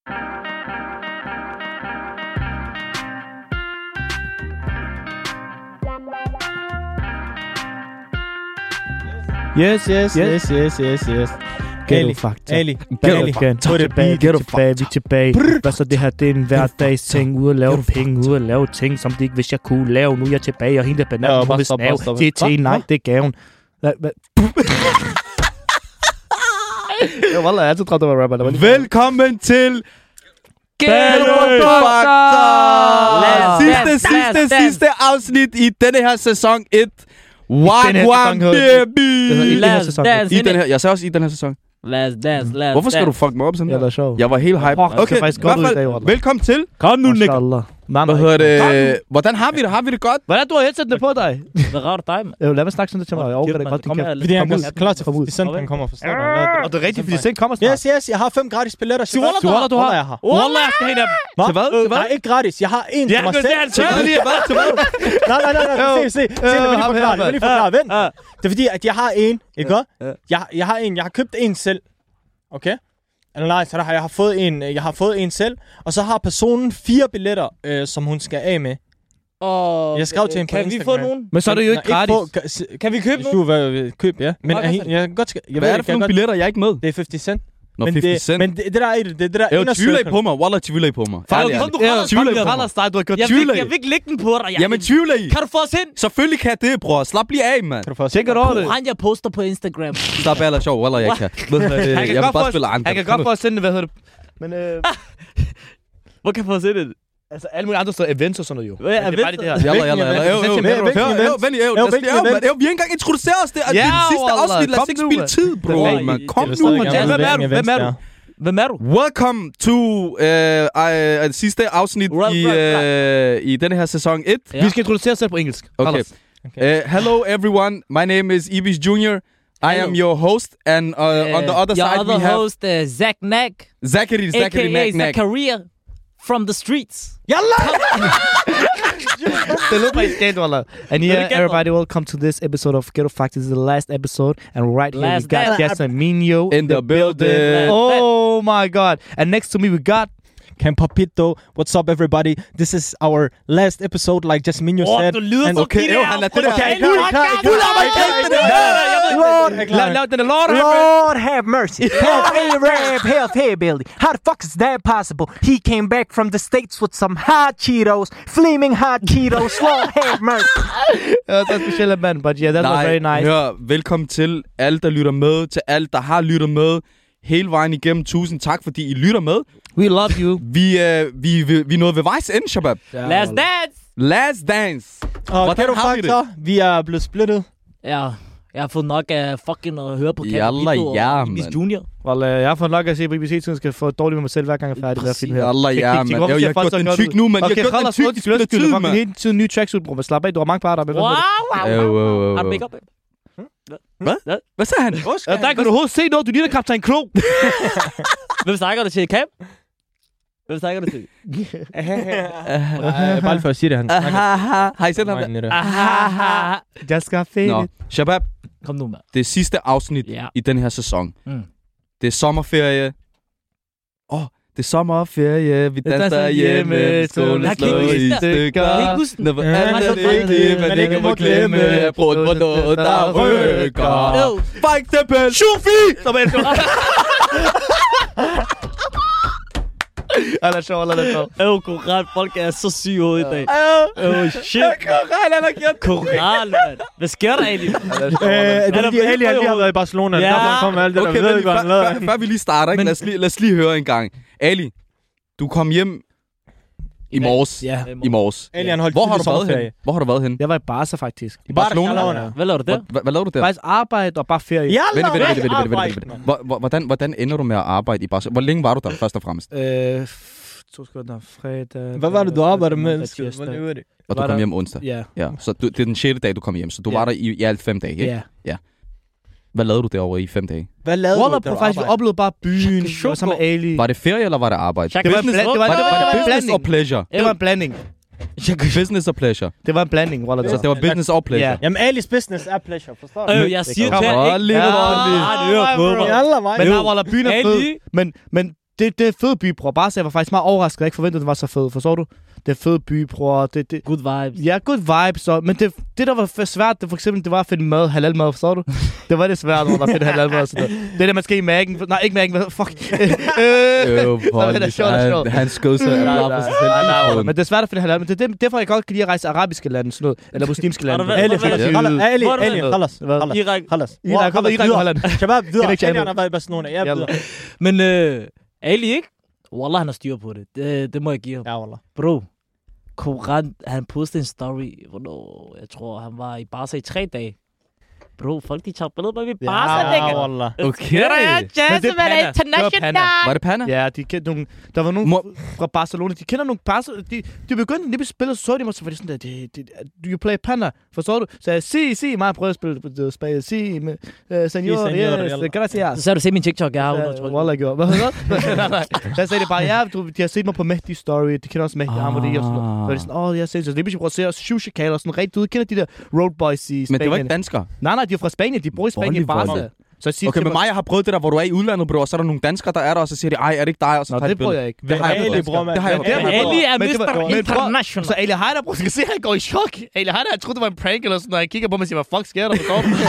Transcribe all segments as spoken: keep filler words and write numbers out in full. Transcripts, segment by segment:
Yes, yes, yes, yes, yes, yes. Ali, Ali, Ali, tag tilbage, vi er tilbage, vi er tilbage. Hvad så det her, det er en hverdags ting, ude at lave penge, ude at lave ting, som det ikke, hvis jeg kunne lave. Nu er jeg tilbage, og hende der bananen, må vi snave. Det er til, nej, det er gaven. Jo, wallah, jeg altid troede, det var rapper. Velkommen til Ghetto Factor! Sidste, sidste, sidste afsnit i denne her sæson et. Wagwan baby! I den her sæson. I den her, jeg sagde også i den her sæson. Last dance, last Hvorfor skal du fuck mig op sådan der? Ja, det er sjovt. Jeg var helt hype. Okay, i hvert fald, velkommen til. Kom nu, Nick. Hvad hedder det? Hvordan har vi det? Har vi det godt? Hvordan du har headsetene på dig? Hvad rart dig, mand? Jo, lad mig snakke sådan lidt til mig. Jeg overgår det godt. Fordi han er klar til, fordi Senten kommer, forstår du? Og det er rigtigt, fordi Senten kommer snart. Yes, yes, jeg har fem gratis billetter. Til Wallah, du har? jeg har. Wallah, jeg skal have dem. Til hvad? Til hvad? Nej, ikke gratis. Jeg har en til mig selv. Til hvad? Til hvad? Nej, nej, nej, nej. Se, se. Se, lad mig lige forklare. Lad mig lige forklare. Vent. Det er fordi, at jeg har en, ikke godt? Jeg har en, jeg har købt en selv. Okay? Eller nej, så der har jeg har fået en, jeg har fået en selv, og så har personen fire billetter, øh, som hun skal af med. Og jeg skrev til hende på Instagram. Kan vi få nogen? Men så er det jo ikke gratis. Ikke få, kan vi købe nogen? Du køb, ja. Men jeg, jeg kan godt. Jeg Hvad er det for nogle billetter, jeg er ikke med? Det er halvtreds cent. Nå, men halvtreds det, cent. men det, det der er i det, det, det der er jo tvivler I på mig. Wallah, tvivler I på mig. Ærlig, ærlig. Kom, du holder tvivler I på mig. Du har gjort tvivler Jeg vil ikke lægge den på dig. Jamen, tvivler I? Kan du få os ind? Selvfølgelig kan jeg det, bror. Slap lige af, mand. Kan du få os ind? Han jeg poster på Instagram. Slap af, eller sjov. Wallah, jeg kan. Jeg vil bare spille andre. Han kan godt få os ind, hvad hedder det? Men øh... Hvor kan jeg få os ind? Altså, alle mulige andre steder, events og sådan noget jo. Hvad er events? Jalla, jalla, jalla. Jo, jo, jo, jo, vent, jo, jo, vi har ikke engang introduceret os. Det er det sidste afsnit. Lad os ikke spille tid, bro, man. Kom nu, man. Hvem er du? Hvem er du? Hvem er du? Welcome to uh, sidste afsnit i, uh, i denne her sæson et. Ja. Vi skal introducere os selv på engelsk. Okay. okay. Uh, hello everyone, my name is Ibis Junior I hello. am your host, and uh, uh, on the other your side other we have... host, uh, Zach Nack. Zachary, Zachary Nack Nack. Zachariah from the streets. Yalla! They look like skate, wallah. And yeah, everybody, welcome to this episode of Ghetto Factor. This is the last episode, and right here last we got Gasamino in the building. Oh my God! And next to me we got Cam Papito. What's up, everybody? This is our last episode, like Jasmine oh, said. Du lyder så okay, jo, han lader det der. Okay, Lord, Lord have mercy. Health, health, hey, Billy. How the fuck is that possible? He came back from the States with some hot Cheetos, flaming hot Cheetos. Lord have mercy. uh, that's special man, but yeah, that was very nice. Hør, velkommen til alle, der lytter med, til alle, der har lyttet med hele vejen igennem. Tusind tak, fordi I lytter med. We love you. Vi, øh, vi, vi, vi er nået ved vejs ende, Shabab. Yeah, last dance! Last dance! Og hvordan har vi det? Vi er blevet splittet. Ja, jeg har fået nok af fucking at høre på Jalla, ja, Ibis Junior. Well, uh, jeg har fået nok at se på I B C-tiden, skal få dårligt med mig selv, hver gang jeg er færdig med at filme her. Jalla, ja, man. Jeg har gjort den tyk nu, man. Jeg har gjort den tyk, de spiller tid, man. Hele tiden nye tracksuit, bror. Slap af, du har mange parter. Wow, wow, wow. Har du make-up? Hvad? Hvad sagde han? Ja, der kan du overhovedet se noget. Du ligner kaptajn Klo. Hvem snakker du til? Cam? Hvem snakker du til? Bare lige for at sige det, han snakker. Har I sendt ham der? Jeg skal finde. Shabab. Kom nu, mand. Det er sidste afsnit i den her sæson. Det er sommerferie. Åh, det er sommerferie. Vi danser hjemme. Solen slår i stykker. Når alle er vigtige, men ikke må glemme. Brud på noget, der rykker. For eksempel Shufi! Som er Han er sjov, han er sjov. Øv, Koran, folk er så syge ud i dag. Øv, shit. Koran, han har gjort Koran, mand. Hvad sker der egentlig? Det er fordi, Ali har lige været i Barcelona. Ja. Der kom alt det der. Okay, ved, før, før vi lige starter, ikke? Lad, os lige, lad os lige høre en gang. Ali, du kom hjem i morges. Ja. I morges. Ali, han holdt Hvor har du været hen? Hvor har du været hen? Jeg var i Barca, faktisk. I Barcelona? Hvad lavede du der? Hvad lavede du der? Faktisk arbejde og bare ferie. Ja, vent, vent, vent, vent, vent, vent, vent. Hvordan, hvordan ender du med at arbejde i Barcelona? Hvor længe var du der, først og fremmest? Øh, to sekunder, fredag... Hvad var det, du arbejdede med? Og du kom hjem onsdag? Ja. Ja. Så du, det er den sjette dag, du kom hjem, så du ja. var der i, i alt fem dage, ikke? Ja. Ja. Hvad lavede du derovre i fem dage? Hvad lavede Wallah, du, der faktisk, vi oplevede bare byen. Det var sammen med Ali. Var det ferie, eller var det arbejde? Det var, business, det var, var, det, var det business blanding. og pleasure? Det var en blanding. Business og pleasure? Det var en blanding, Wallah. Så det var business og pleasure? Ja. Jamen, Alis business er pleasure, forstår du? Øh, jeg siger til ikke. Ja, det det hører på mig. Jalla, mig. Men der Wallah, byen er fed. Men, men det, det er fed by, bror. Bare så jeg var faktisk meget overrasket. Jeg ikke forventede, den var så fed. Forstår du? Det er fed by, bror. Det, det, good vibes. Ja, good vibes. Så, men det, det, der var svært, det for eksempel, det var at finde mad, halal mad, forstår du? Det var det svært, når der finde halal mad. Sådan noget. Det er det, man skal i magen. Nej, ikke magen, men fuck. Øh, voldelig. Han skød sig bare på sig selv. Men det er svært at finde halal. Men det er derfor, jeg godt kan lide at rejse arabiske lande, sådan noget. Eller muslimske lande. Ali, Ali, Ali, Khalas. Irak. Khalas. Irak, Irak og Holland. Shabab, videre. Kenya har været i Barcelona. Ja, videre. Men øh, Ali, ikke? Wallah, han har styr på det. Det, det må jeg give ham. Ja, wallah. Bro, Koran, han postede en story, hvornår, jeg tror, han var i Barca i tre dage. Bro, folk de tager billeder med Barca, ja, ja, wallah. Okay. Det er Jazzman International. Var det Panna? Ja, de kendte nogle, der var nogle Må... fra Barcelona. De kender nogle Barca. De, de begyndte lige at spille, så de mig, så var de sådan der, de, de, do you play Panna? Forstår du? Så jeg sige, sige, mig prøvede at spille på spil. Sige, med uh, senor, yes, gracias. Så sagde du, se min TikTok, jeg har hundrede. Wallah, gjorde. Hvad hedder det? Så sagde de bare, ja, de har set mig på Mehdi Story. De kender også Mehdi Amodi og sådan noget. Så var de sådan, åh, jeg ser så. Det vil jeg prøve at se os, Shusha-kaler og sådan rigtig ud. Kender de der road boys i Spanien? Men det var ikke danskere? Nej, nej, de er fra Spanien. De bor i Spanien i Barca. Så siger okay, med mig, jeg har prøvet det der, hvor du er i udlandet, bro, og så er der nogle danskere, der er der, og så siger de, ej, er det ikke dig? Og så Nå, det prøver jeg ikke. Det har jeg Ali, bror, mand. Det har jeg ikke. Ali er mister International. Så Ali Heider, bror, skal se, han går i chok. Ali Heider, jeg troede, det var en prank eller sådan, og jeg kigger på mig og siger, hvad fuck sker der?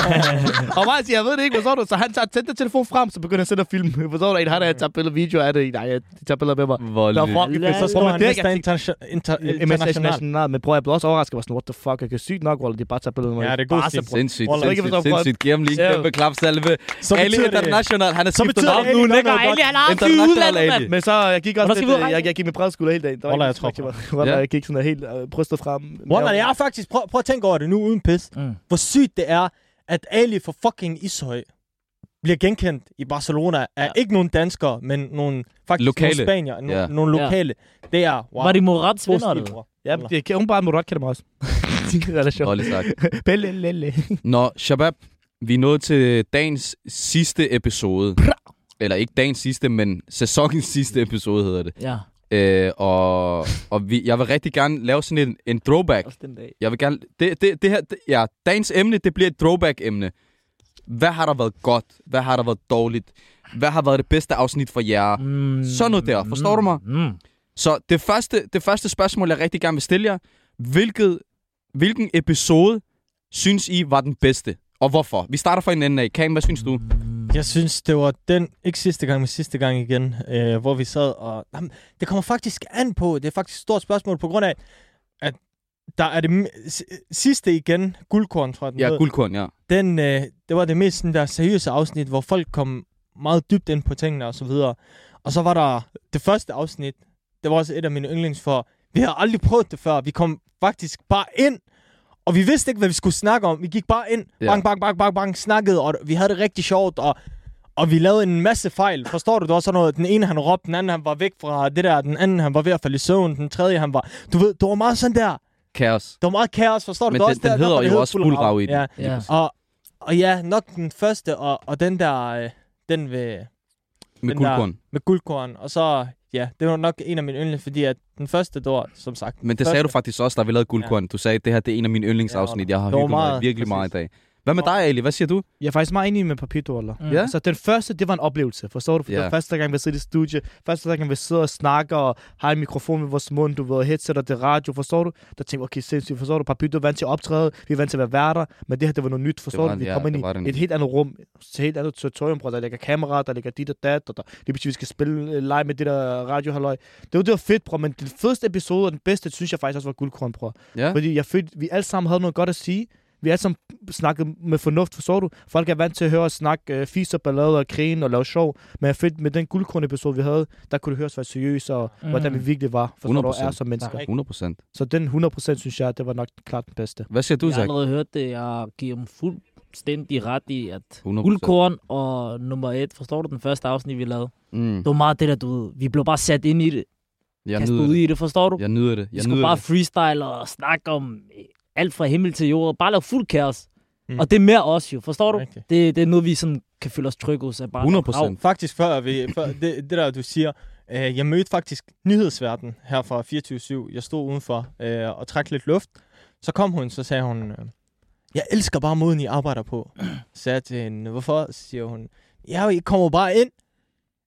Og mig siger, jeg ved det ikke, hvad så du? Så han tager tændt telefon frem, så begynder han at sætte film. Hvad så du? Ali Heider, jeg tager billeder video af det. Nej, jeg tager billeder med mig. Voldeligt. Så står han mister International. Men bror, jeg blev også overrasket. What the fuck? Jeg kan sygt nok, hvor de bare tager billeder med mig. Ja, det er godt. Sindssygt, sindssygt, sindssygt. Giv ham lige en kæmpe klapsalve. Ali International, han er så skiftet navn nu, lækker Ali, han har i udlandet, mand. Men så, jeg gik også lidt, jeg, jeg gik med bredskole hele dagen. Wallah, jeg tror på. Jeg gik sådan helt uh, brystet frem. Wallah, jeg er faktisk, prøv, prøv at tænke over det nu uden pis. Mm. Hvor sygt det er, at Ali for fucking Ishøj bliver genkendt i Barcelona af ja. ikke nogen danskere, men nogle faktisk lokale. nogle spanier, no, ja. nogle lokale. Ja. Det er, wow. Var de Morats venner, eller? Ja, det, hun bare Morat kender mig også. Det er sjovt. Voldeligt sagt. Pelle, lille. Nå, Shabab, vi er nået til dagens sidste episode. Eller ikke dagens sidste, men sæsonens sidste episode hedder det. Ja. Øh, og og vi, jeg vil rigtig gerne lave sådan en, en throwback. Også den dag. Jeg vil gerne... Det, det, det her, det, ja, dagens emne, det bliver et throwback-emne. Hvad har der været godt? Hvad har der været dårligt? Hvad har været det bedste afsnit for jer? Mm. Sådan noget der. Forstår mm. du mig? Mm. Så det første, det første spørgsmål, jeg rigtig gerne vil stille jer. Hvilket, hvilken episode synes I var den bedste? Og hvorfor? Vi starter fra en ende af. Kam, hvad synes du? Jeg synes, det var den, ikke sidste gang, men sidste gang igen, øh, hvor vi sad og... Jamen, det kommer faktisk an på, det er faktisk et stort spørgsmål, på grund af, at der er det sidste igen, Guldkorn, tror jeg, den Ja, ved. Guldkorn, ja. Den, øh, det var det mest sådan der seriøse afsnit, hvor folk kom meget dybt ind på tingene og så videre. Og så var der det første afsnit, det var også et af mine yndlings, for vi har aldrig prøvet det før. Vi kom faktisk bare ind, og vi vidste ikke, hvad vi skulle snakke om. Vi gik bare ind, ja. bang, bang, bang, bang, bang, snakkede, og vi havde det rigtig sjovt, og, og vi lavede en masse fejl. Forstår du? Det var sådan noget, den ene han råbte, den anden han var væk fra det der, den anden han var ved at falde i søvn, den tredje han var... Du ved, det var meget sådan der... Kaos. Det var meget kaos, forstår du? Men det den, også den der, hedder der, jo også Fuld Rav i den. Ja. Ja. Og, og ja, nok den første, og, og den der... Øh, den ved... Med den Guldkorn. Der, med Guldkorn. Og så... Ja, det var nok en af mine yndlings, fordi at den første, det var, som sagt... Men det første. sagde du faktisk også, da vi lavede Guldkorn. Ja. Du sagde, at det her det er en af mine yndlingsafsnit. Jeg har hygget mig virkelig meget i dag. Hvad med dig, Ali? Hvad siger du? Jeg er faktisk meget enig med Papito, eller? Mm. Ja? Så den første, det var en oplevelse, forstår du? For yeah. det var første gang, vi sidder i studie, første gang, vi sidder og snakker og har en mikrofon ved vores mund, du ved, headset og det radio, forstår du? Der tænker okay, sindssygt, forstår du? Papito er vant til at optræde, vi er vant til at være værter, men det her, det var noget nyt, forstår du? Vi ja, kommer ind i et helt andet rum, et helt andet territorium, bror. Der ligger kamera, der ligger dit og dat, og der, det betyder, vi skal spille live med det der radiohalløj. Det var, det var fedt, bror, men den første episode og den bedste, synes jeg faktisk også var Guldkorn, bror. Yeah. Fordi jeg følte, vi alle sammen havde noget godt at sige. Vi alle sammen snakket med fornuft, forstår du? Folk er vant til at høre os snakke øh, fiser, ballader og grine og lave sjov. Men jeg følte, med den Guldkorn-episode, vi havde, der kunne det høres være seriøst, og mm. hvordan vi virkelig var, forstår du, er som mennesker. hundrede procent. Så den hundrede procent synes jeg, det var nok klart den bedste. Hvad siger du, Zach? Jeg har allerede hørt det. Jeg giver dem fuldstændig ret i, at hundrede procent. Guldkorn og nummer et, forstår du, den første afsnit, vi lavede? Mm. Det var meget det, der du ved. Vi blev bare sat ind i det. Jeg nyder det. i det, forstår du? Jeg nyder det. Jeg vi skulle bare det. freestyle og snakke om alt fra himmel til jord. Bare lave fuld kaos. Mm. Og det er mere os jo, forstår du? Okay. Det, det er noget, vi sådan kan føle os trygge hos. Bare hundrede procent. Faktisk før, vi, før det, det der, du siger, øh, jeg mødte faktisk nyhedsverden her fra fireogtyve syv. Jeg stod udenfor øh, og trak lidt luft. Så kom hun, så sagde hun, øh, jeg elsker bare måden, I arbejder på. Så sagde jeg til hende, hvorfor? Så siger hun, ja, I kommer bare ind.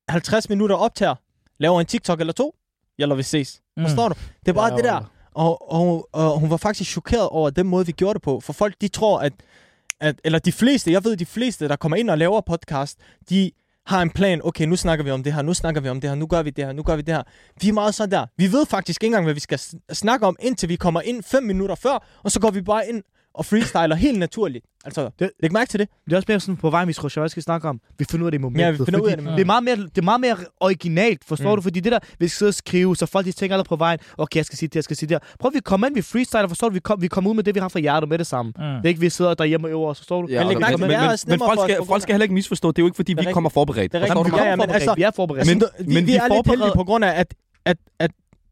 halvtreds minutter optager, laver en TikTok eller to, eller vi ses. Mm. Forstår du? Det er bare ja, det der. Og, og, og hun var faktisk chokeret over den måde, vi gjorde det på. For folk, de tror, at, at eller de fleste, jeg ved, de fleste, der kommer ind og laver podcast, de har en plan. Okay, nu snakker vi om det her, nu snakker vi om det her, nu gør vi det her, nu gør vi det her. Vi er meget sådan der. Vi ved faktisk ikke engang, hvad vi skal snakke om, indtil vi kommer ind fem minutter før, og så går vi bare ind og freestyler helt naturligt. Altså, det, læg mærke til det. Det er også mere sådan på vej, vi tror, hvad skal vi snakke om. Vi finder ud af det i momentet. Ja, vi finder ud af det. Det er meget mere, det er meget mere originalt, forstår mm. du? Fordi det der, vi skal sidde og skrive, så folk de tænker allerede på vejen, okay, jeg skal sige det, jeg skal sige det her. Prøv at vi kommer ind, vi freestyler, forstår du? Vi, kom, vi kommer ud med det, vi har fra hjertet med det samme. Mm. Det er ikke, vi sidder derhjemme og øver os, forstår du? Ja, men, men, men, men, men folk, skal, folk skal heller ikke misforstå, det er jo ikke, fordi vi kommer forberedt. Det er rigtigt. Ja, ja, men altså, vi er forberedt. Men, vi, men vi er lidt heldige på grund af, at, at, at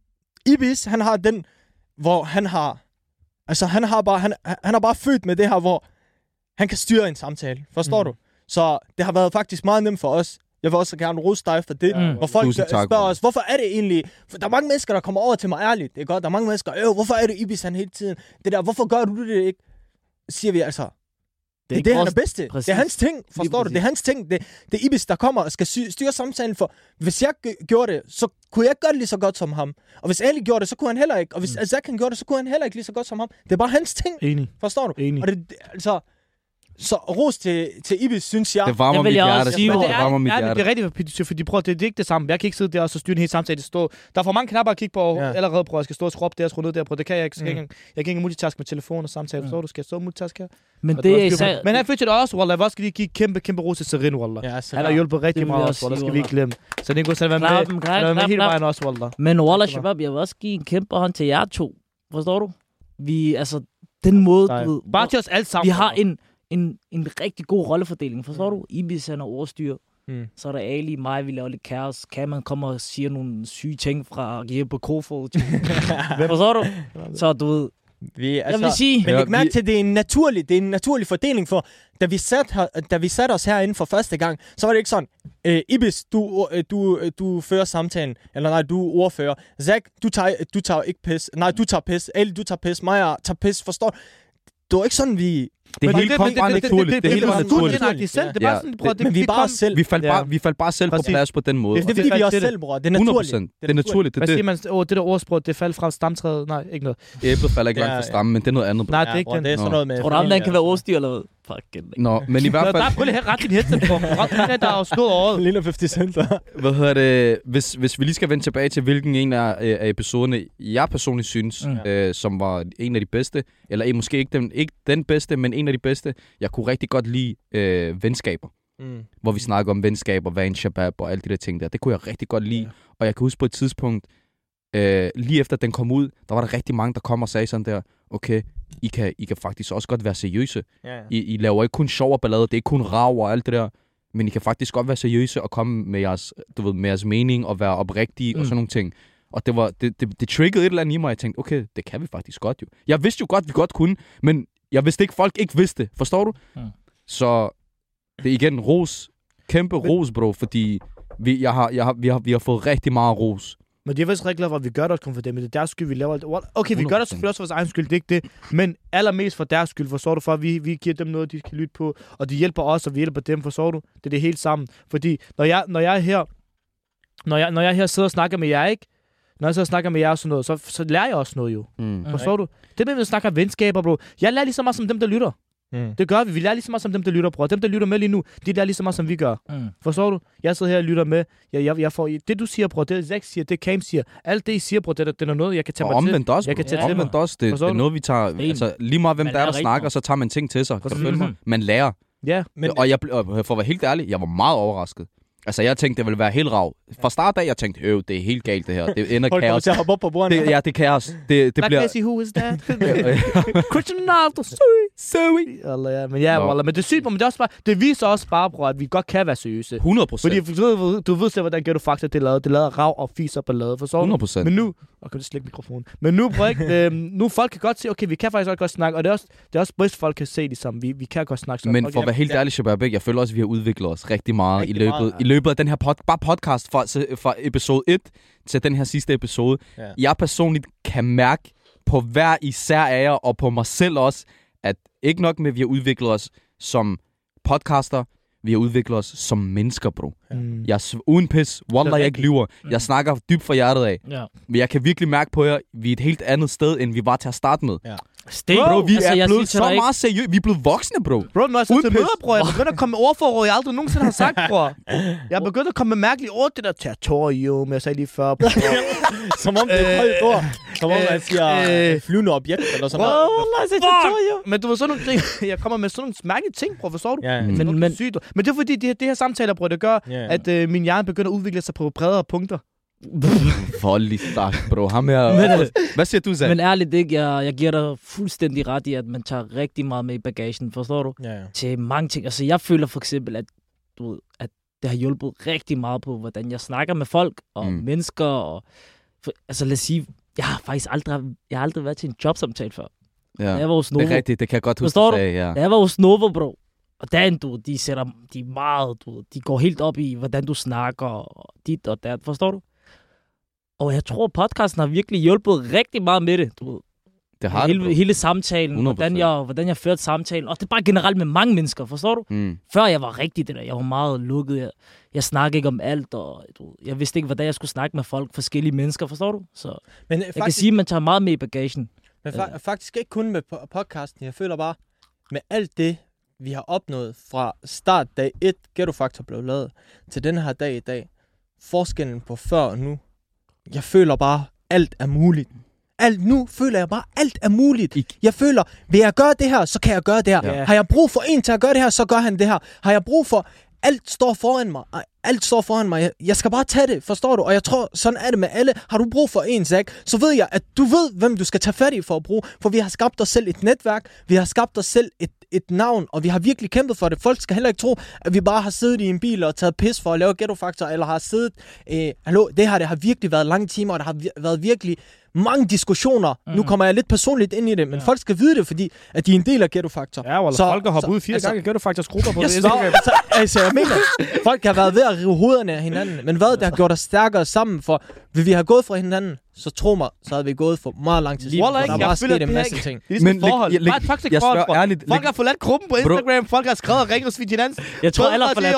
Ibis, han har den, hvor han har Altså, han har bare han, han har bare født med det her, hvor han kan styre en samtale. Forstår mm. du? Så det har været faktisk meget nemt for os. Jeg vil også gerne rose dig for det. Mm. Hvor folk tak, spørger os, hvorfor er det egentlig... For der er mange mennesker, der kommer over til mig ærligt. Det er godt. Der er mange mennesker, øh, hvorfor er det Ibis han hele tiden? Det der, hvorfor gør du det ikke? Siger vi altså... Det er det, han er bedste. Præcis. Det er hans ting, forstår du? Det er hans ting. Det, det er Ibis, der kommer og skal styre samtalen. For hvis jeg gjorde det, så kunne jeg gøre det lige så godt som ham. Og hvis Ali gjorde det, så kunne han heller ikke. Og hvis mm. Azak han gjorde det, så kunne han heller ikke lige så godt som ham. Det er bare hans ting. Enig. Forstår du? Enig. Og det, altså... Så ros til, til Ibis, synes jeg. Det varmer mit hjerte. Sige, det, det varmer mit hjerte. Det er rigtigt, fordi prøv, det er ikke det samme. Jeg kan ikke sidde der og så styre en helt samtale. Der er for mange knapper at kigge på ja. allerede, prøv. Jeg skal stå og skrubbe der og skrue ned der, prøv. Det kan jeg ikke. Mm. Jeg kan ikke engang multitask med telefon og samtale. Forstår mm. du? Skal jeg stå og multitask her? Men det, det er især... Men han følte det også, Wallah. Jeg vil også lige give kæmpe, kæmpe ros til Serin, Wallah. Ja, han har hjulpet rigtig meget også, Wallah. Det skal vi ikke glemme. Så det kunne være med, med, med hele vejen også, Wallah. Men Wallah Shabab, jeg vil også give en kæmpe hånd til jer to. Forstår du? Vi, altså, den måde, du ved... Bare til os alle sammen. Vi har en... En, en rigtig god rollefordeling, forstår mm. du? Ibis han er overstyr. Mm. Så er der Ali, mig, vi laver lidt kaos. Kan man komme og sige nogle syge ting fra Jeppe Kofod? Forstår du? Så du ved... Vi, altså, jeg vil sige... Men læg mærke til, det er en naturlig, det er en naturlig fordeling, for da vi satte her, da vi satte os herinde for første gang, så var det ikke sådan, øh, Ibis, du, du, du fører samtalen, eller nej, du er ordfører. Zach, du tager, du tager ikke pis. Nej, du tager pis. Ali, du tager pis. Maja tager pis. Forstår du? Det var ikke sådan, vi... Det hele kom bare naturligt. Det hele var naturligt. Men vi bare selv. Vi faldt bare, vi faldt bare selv på plads på den måde. Det er fordi vi også selv, bror. Det er naturligt. Det er naturligt. Hvad siger man? Åh, det der ordsprog, det faldt fra stamtræet. Nej, ikke noget. Æblet falder ikke langt fra stammen, men det er noget andet. Nej, det er ikke det. Det er sådan noget med. Tror du, den kan være ordstyr eller hvad? Nå, men i hvert fald... Der er selvfølgelig ret din headset på. Der er jo skået året. Lille halvtreds center. Hvad hedder det? Hvis, hvis vi lige skal vende tilbage til, hvilken en af, af episoderne, jeg personligt synes, mm. øh, som var en af de bedste, eller en, måske ikke den, ikke den bedste, men en af de bedste, jeg kunne rigtig godt lide øh, venskaber. Mm. Hvor vi snakker om venskaber, hvad en shabab og alle de der ting der. Det kunne jeg rigtig godt lide. Yeah. Og jeg kan huske på et tidspunkt, øh, lige efter den kom ud, der var der rigtig mange, der kom og sagde sådan der, okay, I kan, I kan faktisk også godt være seriøse. Yeah. I, I laver ikke kun sjov og ballade, det er ikke kun rav og alt det der, men I kan faktisk godt være seriøse og komme med jeres, du ved, med jeres mening og være oprigtige mm. og sådan nogle ting. Og det, var, det, det, det triggede et eller andet i mig, og jeg tænkte, okay, det kan vi faktisk godt jo. Jeg vidste jo godt, vi godt kunne, men jeg vidste ikke, folk ikke vidste, forstår du? Mm. Så det er igen ros, kæmpe ros, bro, fordi vi, jeg har, jeg har, vi, har, vi har fået rigtig meget ros. Men det er faktisk rigtig glad for, at vi gør det også kun for dem. Det er deres skyld, vi laver alt. Okay, vi gør det selvfølgelig også for vores egen skyld, det er ikke det. Men allermest for deres skyld, forstår du, for at vi, vi giver dem noget, de kan lytte på. Og de hjælper os, og vi hjælper dem, forstår du? Det er det hele sammen. Fordi når jeg, når jeg er her, når jeg, når jeg her sidder og snakker med jer, ikke? Når jeg sidder og snakker med jer og sådan noget, så, så lærer jeg også noget jo. Mm. Forstår du? Det med, at vi snakker venskaber, bro. Jeg lærer lige så meget som dem, der lytter. Mm. Det gør vi. Vi lærer lige så meget som dem, der lytter, bror. Dem, der lytter med lige nu, de lærer lige så meget, som vi gør. Mm. Forstår du? Jeg sidder her og lytter med. Jeg, jeg, jeg får, det, du siger, bror, det Zack siger, det Cam siger. Alt det, I siger, bror, det, det er noget, jeg kan tage og mig til. Også, jeg kan tage ja, til omvendt også. Det, det er noget, vi tager... Altså, lige meget, hvem man der er, der snakker, så tager man ting til sig. Kan du følge mig? Man lærer. Ja. Men, og jeg, for at være helt ærlig, jeg var meget overrasket. Altså, jeg tænkte, det ville være helt rav. Fra start af, jeg tænkte, øh, det er helt galt, det her. Det ender kaos. Hold til at hoppe op på bordet. Det, ja, det er kaos. Det, det Black bliver... Messi, who is that? Christian Ronaldo, sorry, sorry. Eller, ja, men ja, no. Wallah, men det er sygt, men det, er også bare, det viser også bare, bror, at vi godt kan være seriøse. hundrede procent. Fordi du, du ved selv, hvordan gør du faktisk det lavet. Det lavede rav og fis og ballade, for så. hundrede procent. Men nu... Og kan du slække mikrofonen. Men nu, bror, ikke, øh, nu folk kan godt se, okay, vi kan faktisk også godt snakke, og det er også, det er også bedst, folk kan se det som, vi, vi kan godt snakke sådan. Men okay, for at være helt ærlig, Shabab, jeg føler også, at vi har udviklet os rigtig meget rigtig i løbet, meget, ja. i løbet af den her pod, bare podcast fra, fra episode et til den her sidste episode. Ja. Jeg personligt kan mærke på hver især af jer, og på mig selv også, at ikke nok med, at vi har udviklet os som podcaster, vi har udviklet os som mennesker, bro. Mm. Jeg er uden pis, wallah, jeg ikke lyver. Mm. Jeg snakker dybt fra hjertet af. Ja. Men jeg kan virkelig mærke på jer, vi er et helt andet sted, end vi var til at starte med. Ja. Sten, bro, vi altså, er blevet så meget seriøse. Vi er blevet voksne, bro. Bro, når jeg så til møder, bro, jeg begynder at komme med ordforråd, jeg aldrig nogensinde har sagt, bro. Jeg er begyndt at komme med mærkelige ord, det der territorium, jeg sagde lige før, bro. Som om det er et højt ord. Som om man siger øh, flyvende objekt, eller sådan noget. Wallah, jeg siger territorium. Men du var sådan nogle ting, jeg kommer med sådan nogle mærkelige ting, bro, forstår du? Ja, mm. men, men, sygt, men det er fordi, det, det her samtaler, bro, det gør, yeah. at øh, min hjerne begynder at udvikle sig på bredere punkter. Voldelig sagt, bro. Ham her. Men, hvad siger du, Zach? Men ærligt ikke, jeg, jeg giver dig fuldstændig ret i, at man tager rigtig meget med i bagagen, forstår du? Ja, ja. Til mange ting. Altså, jeg føler for eksempel, at, du ved, at det har hjulpet rigtig meget på, hvordan jeg snakker med folk og mm. mennesker. Og, for, altså, lad os sige, jeg har faktisk aldrig, jeg har aldrig været til en jobsamtale før. Ja, jeg var hos Novo. Det er rigtigt, det kan jeg godt huske, forstår du? Sagde, ja. Jeg var hos Novo, bro. Og der du, de sætter, de er meget, du, de går helt op i, hvordan du snakker, og dit og dat, forstår du? Og jeg tror, podcasten har virkelig hjulpet rigtig meget med det, du ved. Det har hele, det, hele samtalen, hvordan jeg, hvordan jeg førte samtalen. Og det er bare generelt med mange mennesker, forstår du? Mm. Før jeg var rigtig det der, jeg var meget lukket. Jeg, jeg snakkede ikke om alt, og du, jeg vidste ikke, hvordan jeg skulle snakke med folk, forskellige mennesker, forstår du? Så men, jeg faktisk, kan sige, at man tager meget med i bagagen. Men fa- faktisk ikke kun med podcasten. Jeg føler bare, med alt det, vi har opnået fra start dag et, Ghetto Factor blev lavet, til den her dag i dag. Forskellen på før og nu. Jeg føler bare, alt er muligt. Alt, nu føler jeg bare, alt er muligt. Jeg føler, vil jeg gøre det her, så kan jeg gøre det her. Ja. Har jeg brug for en til at gøre det her, så gør han det her. Har jeg brug for, alt står foran mig. Alt står foran mig. Jeg skal bare tage det, forstår du? Og jeg tror, sådan er det med alle. Har du brug for en, Zach, så ved jeg, at du ved, hvem du skal tage fat i for at bruge. For vi har skabt os selv et netværk. Vi har skabt os selv et, et navn, og vi har virkelig kæmpet for det. Folk skal heller ikke tro, at vi bare har siddet i en bil og taget pis for at lave Ghetto Factor, eller har siddet... Øh, hallo, det her det har virkelig været lange timer, og der har vi- været virkelig mange diskussioner. Mm. Nu kommer jeg lidt personligt ind i det, men ja. folk skal vide det, fordi at de er en del af Ghetto Factor. Ja, eller folk har hoppet ud fire altså, gange i Ghetto Factors grupper på det Instagram. Så, altså, jeg mener, folk har været ved at rive hovederne af hinanden, men hvad, det har gjort os stærkere sammen, for vil vi have gået fra hinanden, så tro mig, så havde vi gået for meget lang tid. Wallah, der er bare sket en masse ting. Det er ligesom forhold. Bare et faktisk forhold. Ærligt, folk har forladt gruppen på Instagram, folk har skrevet og ringet og svidt hinanden. Jeg tror, alle har forladt.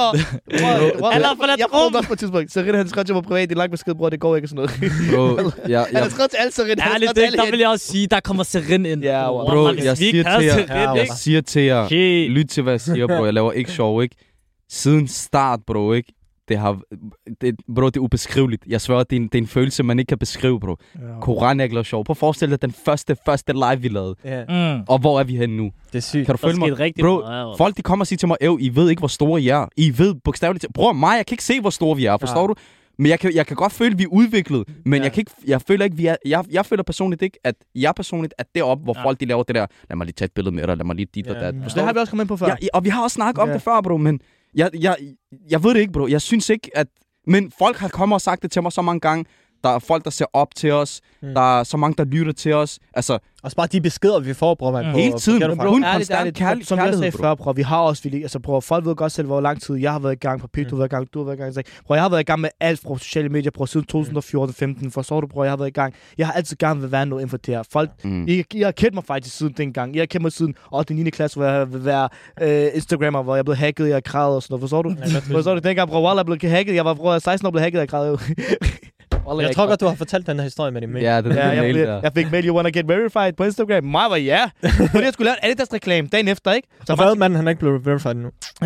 Alle har forladt gruppen. Jeg prøvede også på et tidspunkt. Serena, han skrev til mig privat i lang besked, bror, det går ikke sådan noget. Bro, jeg... Han har skrevet til alle Serena. Ærligt, der vil jeg også sige, der kommer Serena ind. Ja, bro, jeg siger til jer, jeg siger til jer, lyt til, hvad jeg siger, bro. Jeg laver ikke sjov, ikke? Siden start, bro, ikke? Det har, det, bro, det er ubeskriveligt. Jeg sværger, det er en, det er en følelse, man ikke kan beskrive, bro. Ja. Koran er ikke lavet sjov. Prøv at forestille dig den første, første live, vi lavede. Yeah. Mm. Og hvor er vi henne nu? Det er sygt. Kan du følge mig? Bro, meget, folk de kommer og siger til mig, Ev, I ved ikke, hvor store I er. I ved bogstaveligt. Bror, mig, jeg kan ikke se, hvor store vi er. Forstår ja. du? Men jeg kan, jeg kan godt føle, at vi er udviklet. Men ja. jeg, kan ikke, jeg føler ikke, vi er... Jeg, jeg føler personligt ikke, at jeg personligt er deroppe, hvor ja. folk de laver det der. Lad mig lige tage et billede med dig. Lad mig lige dit og dat. Ja. Det har vi også kommet ind på før. Ja, og vi har også snakket ja. om det før, bro. Men jeg, jeg, jeg ved det ikke, bro. Jeg synes ikke, at... Men folk har kommet og sagt det til mig så mange gange. Der er folk, der ser op til os. Mm. Der er så mange, der lytter til os. Altså, også bare de beskeder, vi får, bror, man. Mm. Hele tiden. Bro, kun konstant kærlighed. Som jeg sagde før, bror. Vi har også... Altså, bror, folk ved godt selv, hvor lang tid jeg har været i gang. Papir, mm. du har været i gang. Du har været i gang. Bror, jeg har været i gang med alt fra sociale medier, bror, siden to tusind og fjorten femten. Forstår du, bror? Jeg har været i gang. Jeg har altid gerne vil være noget inden for det her. Folk... Mm. I, I har kendt mig faktisk siden dengang. Jeg har kendt mig siden ottende niende klasse, hvor jeg vil være øh, Instagrammer, hvor jeg blev hacket, jeg græd og sådan noget. Forstår du? Forstår du? Dengang, bror, Wallah blev hacket. Jeg var, bror, seksten år blev hacket, jeg græd. Jeg, jeg tror godt, du har fortalt den her historie med din mail. Ja, det er ja, jeg, jeg, jeg fik mail, you wanna get verified på Instagram. Mig var ja. Fordi jeg skulle lave en Adidas-reklame dagen efter, ikke? Så hvad, manden, han er ikke blevet verified endnu? Øh,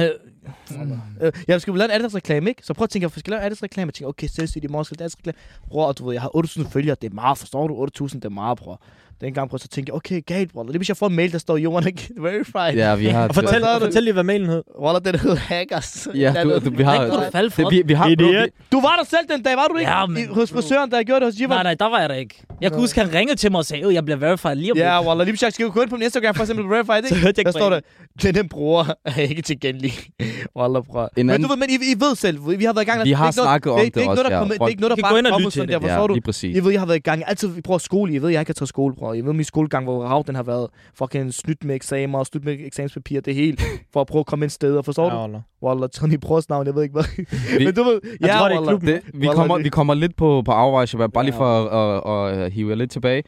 øh, jeg skulle lave en Adidas-reklame, ikke? Så prøv at tænke, jeg skal lave en Adidas-reklame. Jeg tænker, okay, selvsigt i morgen skal jeg Adidas-reklame. Bror, du ved, jeg har otte tusind følgere. Det er meget, forstår du? otte tusind, det er meget, bror. Dengang, bror, så tænkte jeg, okay, galt, bror. Det hvis jeg får en mail, der står, you wanna get verified. Ja, vi har... Og fortæl, og fortæl lige, hvad mailen hed. Wallah, den hed Hackers. Ja, du, du, vi har... Det, vi, vi har bro, vi, du var der selv den dag, var du ikke? Ja, men, hos frisøren, da jeg gjorde det hos Jivan? Nej, nej, der var jeg der ikke. Jeg kunne huske, han ringede til mig og sagde, jeg bliver verified lige om lidt. Ja, wallah, lige hvis jeg skal gå ind på min Instagram, for eksempel verified, ikke? Så hørte jeg der står der, den bruger er ikke tilgængelig. Wallah, bror. Men du ved, men I, I ved selv, vi har været i gang. Vi har snakket om det også, ja. Det er ikke noget, der bare kommer sådan der, forstår du? Lige præcis. I ved, jeg har været i gang. Altid, vi prøver skole. I ved, jeg ikke har taget skole, bror. I ved, min skolegang, hvor Rav, den har været fucking snydt med eksamener og snydt med eksamenspapir, det hele, for at prøve at komme ind steder, forstår du? Wallah. Wallah, Tony Bros navn, jeg ved ikke hvad. Men du ved, ja, tror, det er klubben. Det, vi, kommer, vi kommer lidt på, på afvej, Shabab, bare lige for at, at, at hive jer lidt tilbage.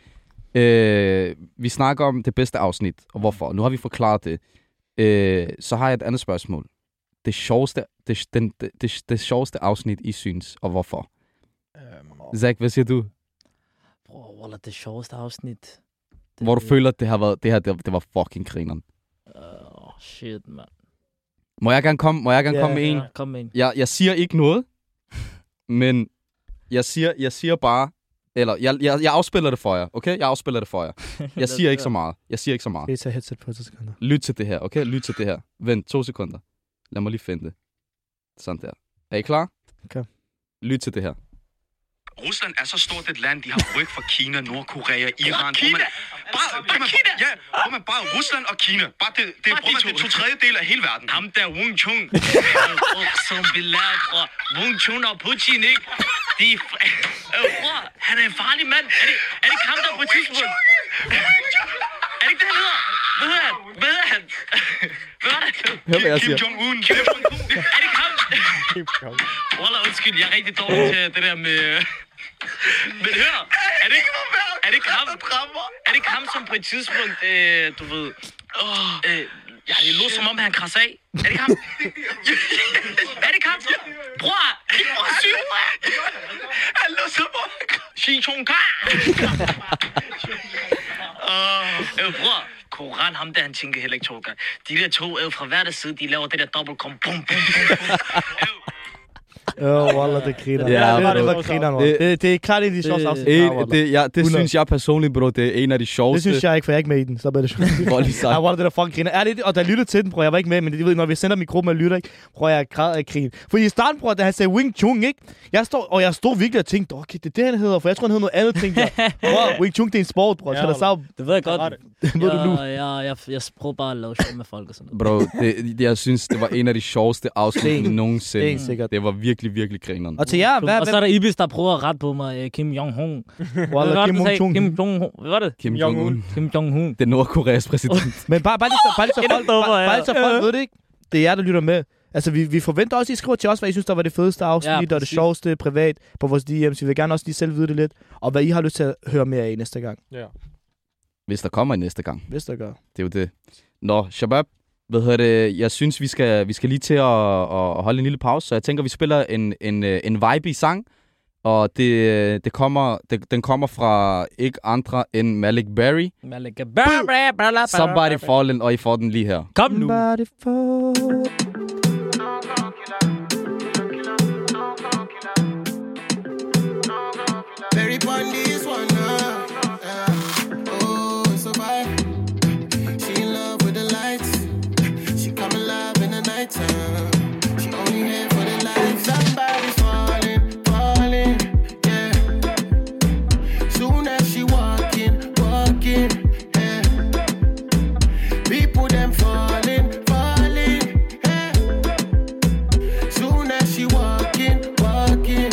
Øh, vi snakker om det bedste afsnit, og hvorfor. Nu har vi forklaret det. Øh, så har jeg et andet spørgsmål. det sjoveste, det, den, det, det, det sjoveste afsnit, I synes, og hvorfor? Um, Zach, hvad siger du? Bro, Wallah, det sjoveste afsnit. Det Hvor du føler, at det har været, det her, det, det var fucking grineren. Åh, uh, shit, man. Må jeg gerne komme, må jeg gerne yeah, komme med en? Ja, kom med en. Jeg, jeg siger ikke noget, men jeg siger, jeg siger bare, eller jeg, jeg, jeg afspiller det for jer, okay? Jeg afspiller det for jer. Jeg siger ikke så meget. Jeg siger ikke så meget. Jeg tager headset på to sekunder. Lyt til det her, okay? Lyt til det her. Vent, to sekunder. Lad mig lige finde det. Sådan der. Er I klar? Okay. Lyt til det her. Rusland er så stort et land, de har ryg fra Kina, Nordkorea, Iran. Kina! Bare, bare, man, Kina! Ja, hvor man bare Rusland og Kina. Bare det, det, bare de to. det er to tredjedel af hele verden. Ham der Wing Chun. Som vi lærte fra Wing Chun og Putin, ikke? De er fr... øh, bror, han er en farlig mand. Er det, er det ikke ham, der på et tidspunkt? Er det ikke det, han hedder? Hvad hedder han? Hvad hedder han? Hvad er det? Hør, hvad jeg siger. Kim Jong-un. Kim Jong-un. Er det ikke ham? Wallah, undskyld, jeg er rigtig dårlig til det der med... Men hør, er det ikke, er det ikke ham, er det ikke ham, som på et tidspunkt, øh, du ved, øh, ja, det lød som om, han krasser af. Er det ikke ham? Er det ikke ham? Bror, bror, syv, han lød som om, Xi Chong-ka. Øh, bror, Koran, ham der, han tænker heller ikke to gange. De der to er jo fra hver side, de laver det der dobbeltkom, bum, bum, bum. Åh, oh, Wallah, det griner. Ja, det, det var griner, det, det, det er klart en af de sjoveste afsnit. Det, det, ja, det synes jeg personligt, bro, det er en af de sjoveste. Det synes jeg ikke, for jeg er ikke med i den. Så er det sjovt. Voldelig sagt. Ja, Wallah, det der fucking griner. Er det, og da jeg lyttede til den, bror, jeg var ikke med, men det ved når vi sender dem i gruppen og lytter, ikke, bror, jeg græd af grin. For i starten, bror, da han sagde Wing Chun, ikke, jeg stod, og jeg stod virkelig og tænkte, okay, det er det, han hedder, for jeg tror, han hedder noget andet, tænkte jeg. Bror, Wing Chun, det er en sport, bror. Ja, så der så... Det ved jeg godt. Det ved du nu. Jeg, jeg, jeg, jeg prøver bare at lave sjov med folk og sådan noget. Bro, det, jeg synes, det var en af de sjoveste afsnit nogensinde. Det er sikkert. Det var virkelig, virkelig grineren. Og til jer, hvad... Og så er der Ibis, der prøver at rette på mig, Kim Jong-un. Wallah, Kim Jong-un. Kim Jong-un. Hvad var det? Kim Jong-un. Kim Jong-un. Det er Nordkoreas præsident. Men bare, bare, lige så, bare lige så folk, bare, bare lige så folk ved det, ikke? Det er jer, der lytter med. Altså, vi, vi forventer også, at I skriver til os, hvad I synes, der var det fedeste afsnit, ja, og det sjoveste privat på vores D M's. Vi vil gerne også lige selv vide det lidt. Og hvad I har lyst til at høre mere af næste gang. Ja. Hvis der kommer en næste gang. Hvis der gør. Det er jo det. Nå, Shabab, hvad hedder det? Jeg synes, vi skal, vi skal lige til at, at holde en lille pause, så jeg tænker, vi spiller en, en, en vibe i sang. Og det, det kommer, det, den kommer fra ikke andre end Malik Berry. Malik Berry. Somebody Fallen, og I får den lige her. Kom nu. Somebody Fallen. Very fun this one, uh, uh, oh, so vibe. She in love with the lights. She come alive in the night time. She only here for the lights. Somebody's falling, falling, yeah. Soon as she walking, walking, yeah. People them falling, falling, yeah. Soon as she walking, walking.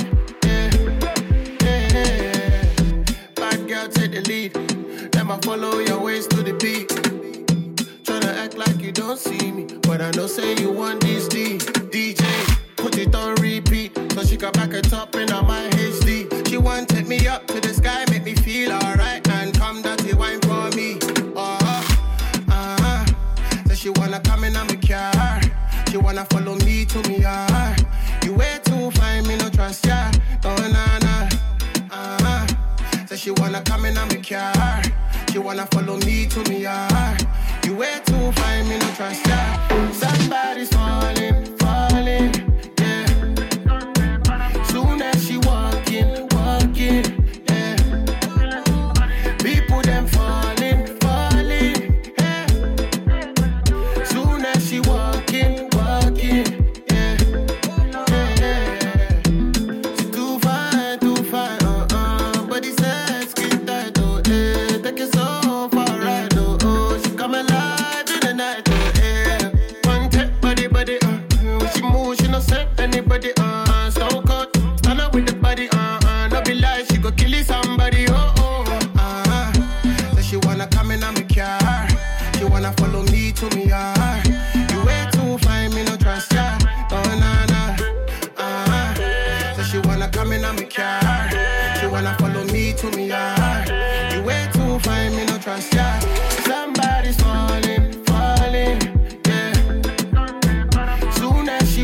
Never follow your ways to the beat. Tryna act like you don't see me, but I know say you want this D. D J, put it on repeat, so she can back it up in my H D. She want take me up to the sky, make me feel alright, and come dirty wine for me. Oh, uh-huh. So she wanna come in on my car. She wanna follow me to me yard. You way too fine, me no trust ya. Oh, nah, nah. Uh-huh. So she wanna come in on my car. She wanna follow me to me yard. You way too fine, me no trust ya. Somebody's falling, falling, yeah. Soon as she walking, walking, yeah. People them falling, falling, yeah. Soon as she walking, walking, yeah, yeah, yeah. She too fine, too fine, uh-uh. But he says, keep that, oh, eh. Take it so far, right, oh, oh. She come alive in the night, oh, eh. One take, body, body, uh. When she move, she no set anybody, uh. Stone cold, stand up with the body, uh, uh. No be lie, she go kill somebody, oh, oh, uh. So she wanna come in on my car. She wanna follow me to me yard. You way too fine, me no trust ya. Oh, nah, nah, uh. So she wanna come in on my car. She wanna follow me to me yard. You way too fine, me no trust ya. Somebody's falling, falling, yeah. Soon as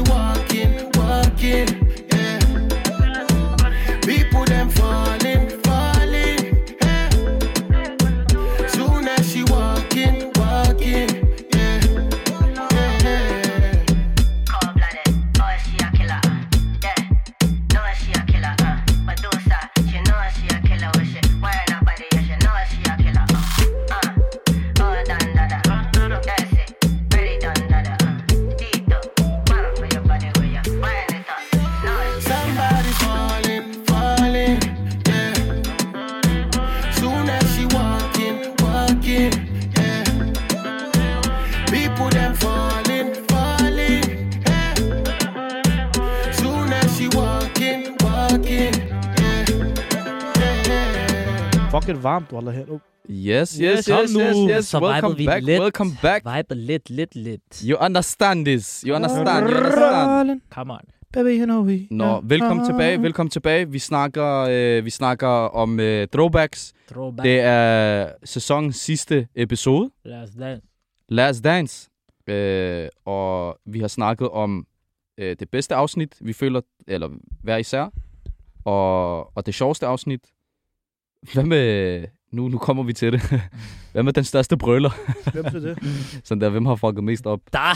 Fuck, det varmt, Wallah, her nu. Yes, yes, yes, yes, yes. Så welcome vi back, lidt, welcome back. Viber lidt, lidt, lidt. You understand this. You understand, you understand. Come on. Baby, you know we... Nå, velkommen tilbage, velkommen tilbage. Vi snakker, øh, vi snakker om øh, throwbacks. Throwback. Det er sæsonens sidste episode. Last dance. Last Dance. Øh, og vi har snakket om øh, det bedste afsnit, vi føler, eller hver især. Og, og det sjoveste afsnit. Hvad med... Nu, nu kommer vi til det. Hvad med den største brøler? Hvem er det? Sådan der, hvem har fucket mest op? Der.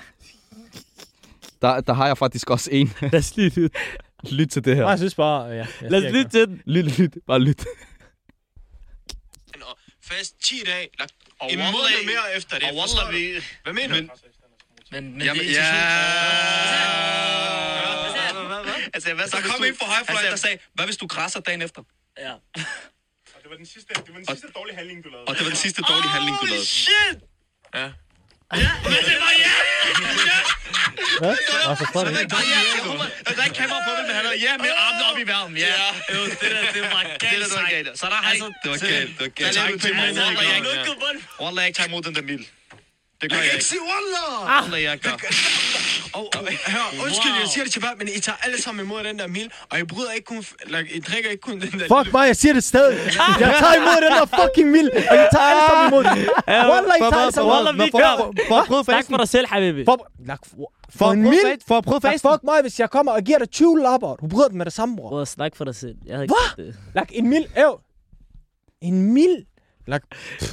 Der, der har jeg faktisk også en. Lad os lige lytte. Lyt til det her. Nej, jeg synes bare... Ja, Lad os lytte til den. Lyt, lyt. Bare lyt. Fast ti dage. Og en måned mere efter det. Og Wallah, vi... Hvad mener du? Men, men Jamen, det er ja. Altså, hvad så, Der kom en fra Højfløj, der sagde, hvad hvis du græsser dagen efter? Ja. Og det var den sidste, det var den sidste dårlige handling, du lavede. Og det var den sidste dårlige handling, du lavede. Shit! Ja. Ja, men det var ja! Hvad? Jeg forstår det Så ikke. der, ja, jeg håber, der er ikke kamera på det, men han er ja med armene op i varmen. Ja, jo, det der, det var galt sejt. Så der har ikke... Det var galt, det var galt. Der er ikke til mig, Wallah, jeg jeg ikke lukket på den. Wallah, jeg ikke tager imod den der mil. Det gør Jeg jeg kan ikke. ikke sige Wallah! Wallah, jeg gør. Og, og, hør, undskyld, jeg siger det til bare, men I tager alle sammen imod den der mil, og I bryder ikke kun, eller I drikker ikke kun den der Fuck mig, jeg siger det stadig. Jeg tager imod den der fucking mild, og jeg tager alle sammen imod den. Wallah, I tager alle sammen Wallah, vi For, for, for at prøve Tak fasten. for dig selv, Habibi. For, lak, for, for en prøve mild? fa- For at prøve Lak, fasten. fuck mig, hvis jeg kommer og giver dig tyve lapper. Du bryder den med det samme, bror. Prøv at snakke for dig selv. Jeg havde ikke Hvad? det. Lak, en mild, æv. En mild? Lak.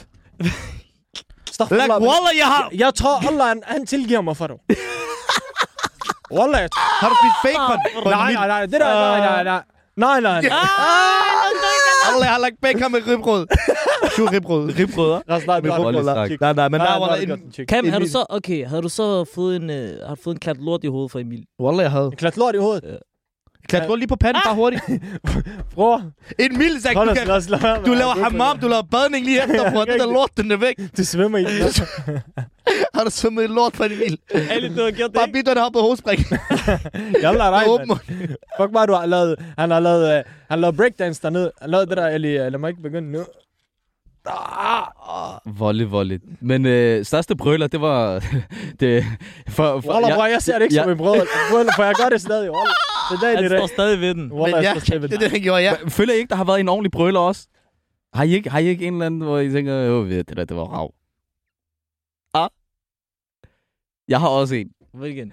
Stop. Lak, Wallah, jeg har... Jeg tror, Allah, han, han tilgiver mig for det. Wallah, jeg tror. Har du spist bacon? på en Nej, mild? nej, nej, det der, nej, nej, nej. Nej, nej, nej. Allah, jeg har lagt bacon med ribbrød. Syv ribbrød. Ribbrød, Lad os snart med godt. Wallah, ribbrød. stak. Nej, nej, men der var der en... Kam, har du Emil. så, okay, havde du så fået en, øh, har du fået en klat lort i hovedet fra Emil? Wallah, jeg havde. Klat lort i hovedet. Klat gå lige på panden, bare hurtigt. Bror. En mild sagt, Hold du os, kan... lad os lade være med Du at laver gå på hammam, det. du laver badning lige efter, bror. Det der lort, den er væk. Du svømmer i den. Har du svømmet i lort for en mild? Ali, du har gjort det, Bare ikke? bidt dig op på hovedspring. Jeg lader dig, Åben mand. Fuck mig, du har lavet... Han har lavet... Uh, han lavede breakdance dernede. Han lavede det der, Eli. Uh, lad mig ikke begynde nu. Volley, volley. Men øh, største brøler, det var... det, for, for, Wallah, bror, jeg ser det ikke jeg- som en brød. Brød, for jeg gør det stadig. Wallah. Det er dagen i Han dag. står stadig ved den. Wallah, Men jeg ja, står stadig ved det er den. det, han gjorde, ja. Hva- Føler I ikke, der har været en ordentlig brøler også? Har I ikke, har I ikke en eller anden, hvor I tænker, jo, det der, det var rav? Ah? Jeg har også en. Hvilken?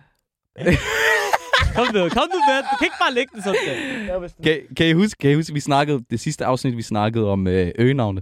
Kom nu, kom nu med. Du kan ikke bare lægge den sådan der. Kan, kan, I huske, kan I huske, vi snakkede, det sidste afsnit, vi snakkede om øh, øgenavne?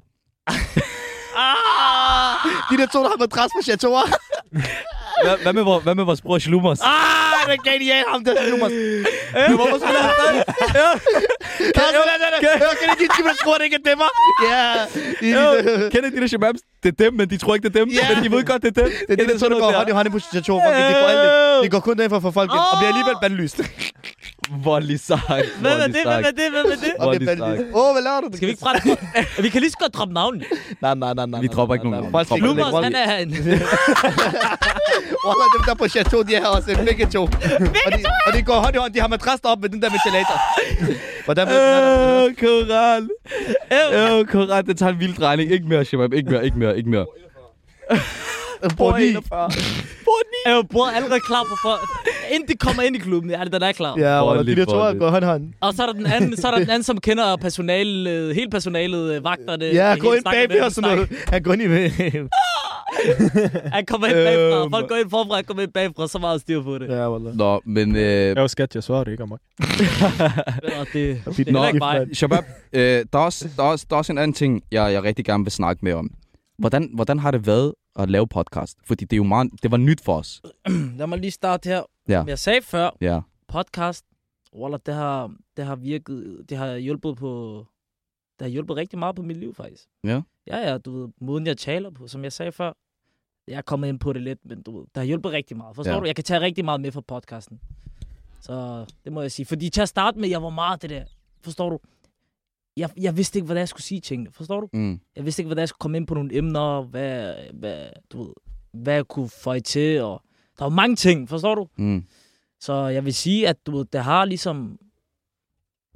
De der to, der har madras på chateauer. Hvad, hvad, med, vor- hvad med vores bror Schlumers? Ah, det er genialt, ham der Lumers. Du må også lade ham. Kan I give til, at tror, det ikke er dem? Ja. Kender I de der shababs? Det er dem, men de tror ikke, det er dem. Ja. Men de ved godt, det er dem. Det er det, der går hånd i hånd på chateauer. De får alt det. De går kun derfra for at få folk ind, og bliver alligevel bandlyst. Volley sagt. Hvad med det? Hvad med det? Hvad med det? Og bliver bandlyst. Åh, hvad laver du? Skal vi ikke brænde? Vi kan lige så godt droppe navnet. Nej, nej, nej, nej. Vi dropper ikke nogen. Folk Dropper stikker ikke. Lumers, han er herinde. Wallah, dem der på chateau, de har også begge to. Og de, og de går hånd i hånd, de har madras op med den der ventilator. Hvordan ved du, Åh, Koran. Åh, Koran, det tager en vild drejning. Ikke mere, Shabab. Ikke mere, ikke mere, ikke mere. Boni. Jeg bror er allerede klar på for... Inden de kommer ind i klubben, ja, den er klar. Ja, Wallah, de der to Volley. går hånd i hånd. Og så er der den anden, så er der den anden som kender personalet, hele personalet, øh, vagterne. Ja, det gå hele ind snakker bagved med og dem, sådan noget. Han går ind i med. Han kommer ind bagfra, Øh, folk går ind forfra, han kommer ind bagfra, så meget styr på det. Ja, Wallah. Nå, men... Øh, Jeg var skat, jeg svarer det ikke om mig. Og det, det er Nå, heller ikke mig. Shabab, øh, der, er også, der, er også, der er også en anden ting, jeg, jeg rigtig gerne vil snakke med om. Hvordan, hvordan har det været at lave podcast? Fordi det er jo meget, det var nyt for os. Lad mig lige starte her. Ja. Som jeg sagde før, Ja. podcast, Wallah, det har, det har virket, det har hjulpet på, det har hjulpet rigtig meget på mit liv, faktisk. Ja. Ja, ja, du ved, måden jeg taler på, som jeg sagde før, jeg er kommet ind på det lidt, men du ved, det har hjulpet rigtig meget. Forstår Ja. du? Jeg kan tage rigtig meget med fra podcasten. Så det må jeg sige. Fordi til at starte med, jeg var meget det der, forstår du? Jeg, jeg vidste ikke, hvordan jeg skulle sige tingene, forstår du? Mm. Jeg vidste ikke, hvordan jeg skulle komme ind på nogle emner, hvad, hvad, du ved, hvad jeg kunne få til, og der var mange ting, forstår du? Mm. Så jeg vil sige, at du ved, det har ligesom...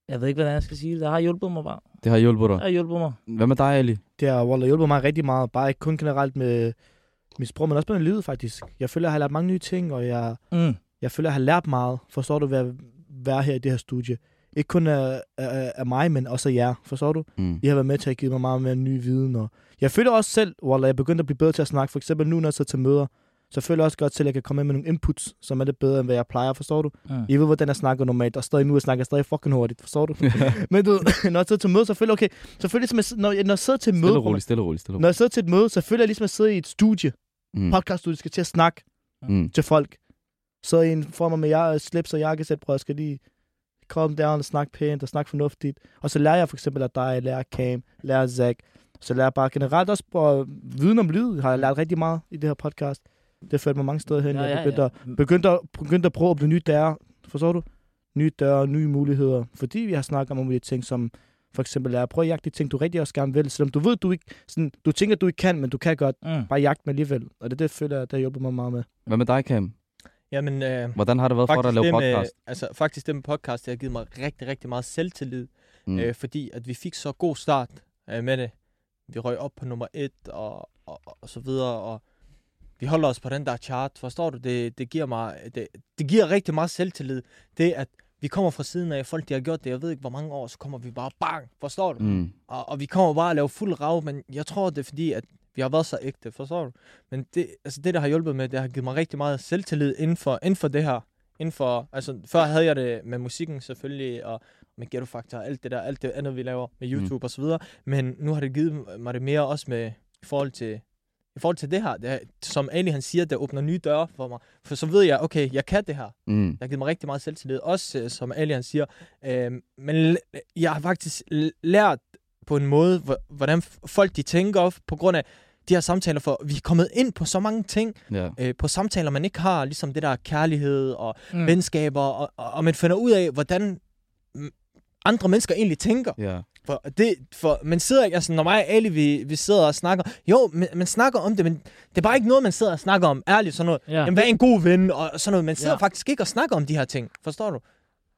Jeg ved ikke, hvordan jeg skal sige det. Det har hjulpet mig bare. Det har hjulpet dig? Det har hjulpet mig. Hvad med dig, Ali? Det har Wallah, hjulpet mig rigtig meget. Bare ikke kun generelt med mit sprog, men også med livet, faktisk. Jeg føler, jeg har lært mange nye ting, og jeg, mm. jeg føler, jeg har lært meget. Forstår du, ved at være her i det her studie? Ikke kun af, af, af mig, men også af jer. Forstår du? Mm. I har været med til at give mig meget mere ny viden. Og jeg føler også selv, Wallah, jeg begyndte at blive bedre til at snakke. For eksempel nu, når jeg sidder til møder, så føler jeg også godt til, at jeg kan komme med nogle inputs, som er lidt bedre, end hvad jeg plejer, forstår du? Mm. Jeg ved, hvordan jeg snakker normalt, og stadig nu jeg snakker jeg stadig fucking hurtigt, forstår du? Men du, når jeg sidder til møde, så føler jeg, okay, så føler jeg ligesom, når jeg, når jeg sidder til møde... Stille og roligt, stille og roligt, stille og roligt. Når jeg sidder til et møde, så føler jeg ligesom, at jeg sidder i et studie, mm. podcaststudie, skal til at snakke mm. til folk. Så i en form med jeg slips og jakkesæt, bror, jeg skal lige komme der og snakke pænt og snakke fornuftigt. Og så lærer jeg for eksempel af dig, lærer Cam, lærer Zach. Så lærer jeg bare generelt også på viden om livet, har jeg lært rigtig meget i det her podcast. Det førte mig mange steder hen. Ja, jeg begyndte, ja, ja. At, begyndte, at, begyndte at prøve at åbne nye døre. Forstår du? Nye døre, nye muligheder. Fordi vi har snakket om de ting, som for eksempel er, prøv at jagte de ting, du rigtig også gerne vil. Selvom du ved, du ikke, sådan, du tænker, du ikke kan, men du kan godt. Mm. Bare jagte med alligevel. Og det er det, føler jeg, der hjælper mig meget med. Hvad med dig, Cam? Jamen, øh, hvordan har det været for dig at lave podcast? Med, altså, faktisk det med podcast, det har givet mig rigtig, rigtig meget selvtillid. Mm. Øh, fordi at vi fik så god start øh, med det. Vi røg op på nummer et og, og, og så videre, og vi holder os på den der chart. Forstår du? Det, det, giver mig, det, det giver rigtig meget selvtillid. Det, at vi kommer fra siden af folk, de har gjort det, jeg ved ikke, hvor mange år, så kommer vi bare bang. Forstår du? Mm. Og, og vi kommer bare at lave fuld rav, men jeg tror, det er fordi, at vi har været så ægte. Forstår du? Men det, altså det, der har hjulpet med, det har givet mig rigtig meget selvtillid inden for, inden for det her. Inden for, altså, før havde jeg det med musikken selvfølgelig, og med Ghetto Factor, alt det der, alt det andet, vi laver med YouTube mm. og så videre. Men nu har det givet mig det mere også med, i forhold til, i forhold til det her, det her, som Ali han siger, det åbner nye døre for mig. For så ved jeg, okay, jeg kan det her. Mm. Det har givet mig rigtig meget selvtillid. Også, som Ali han siger, øh, men jeg har faktisk lært på en måde, hvordan folk de tænker på grund af de her samtaler, for vi er kommet ind på så mange ting, yeah. øh, på samtaler, man ikke har, ligesom det der kærlighed og mm. venskaber, og, og, og man finder ud af, hvordan andre mennesker egentlig tænker. Yeah. For det, for man sidder ikke, altså når mig og Ali, vi, vi sidder og snakker, jo, man, man snakker om det, men det er bare ikke noget, man sidder og snakker om, ærligt, sådan noget, yeah. jamen, hvad er en god ven, og sådan noget, man sidder yeah. faktisk ikke og snakker om de her ting, forstår du?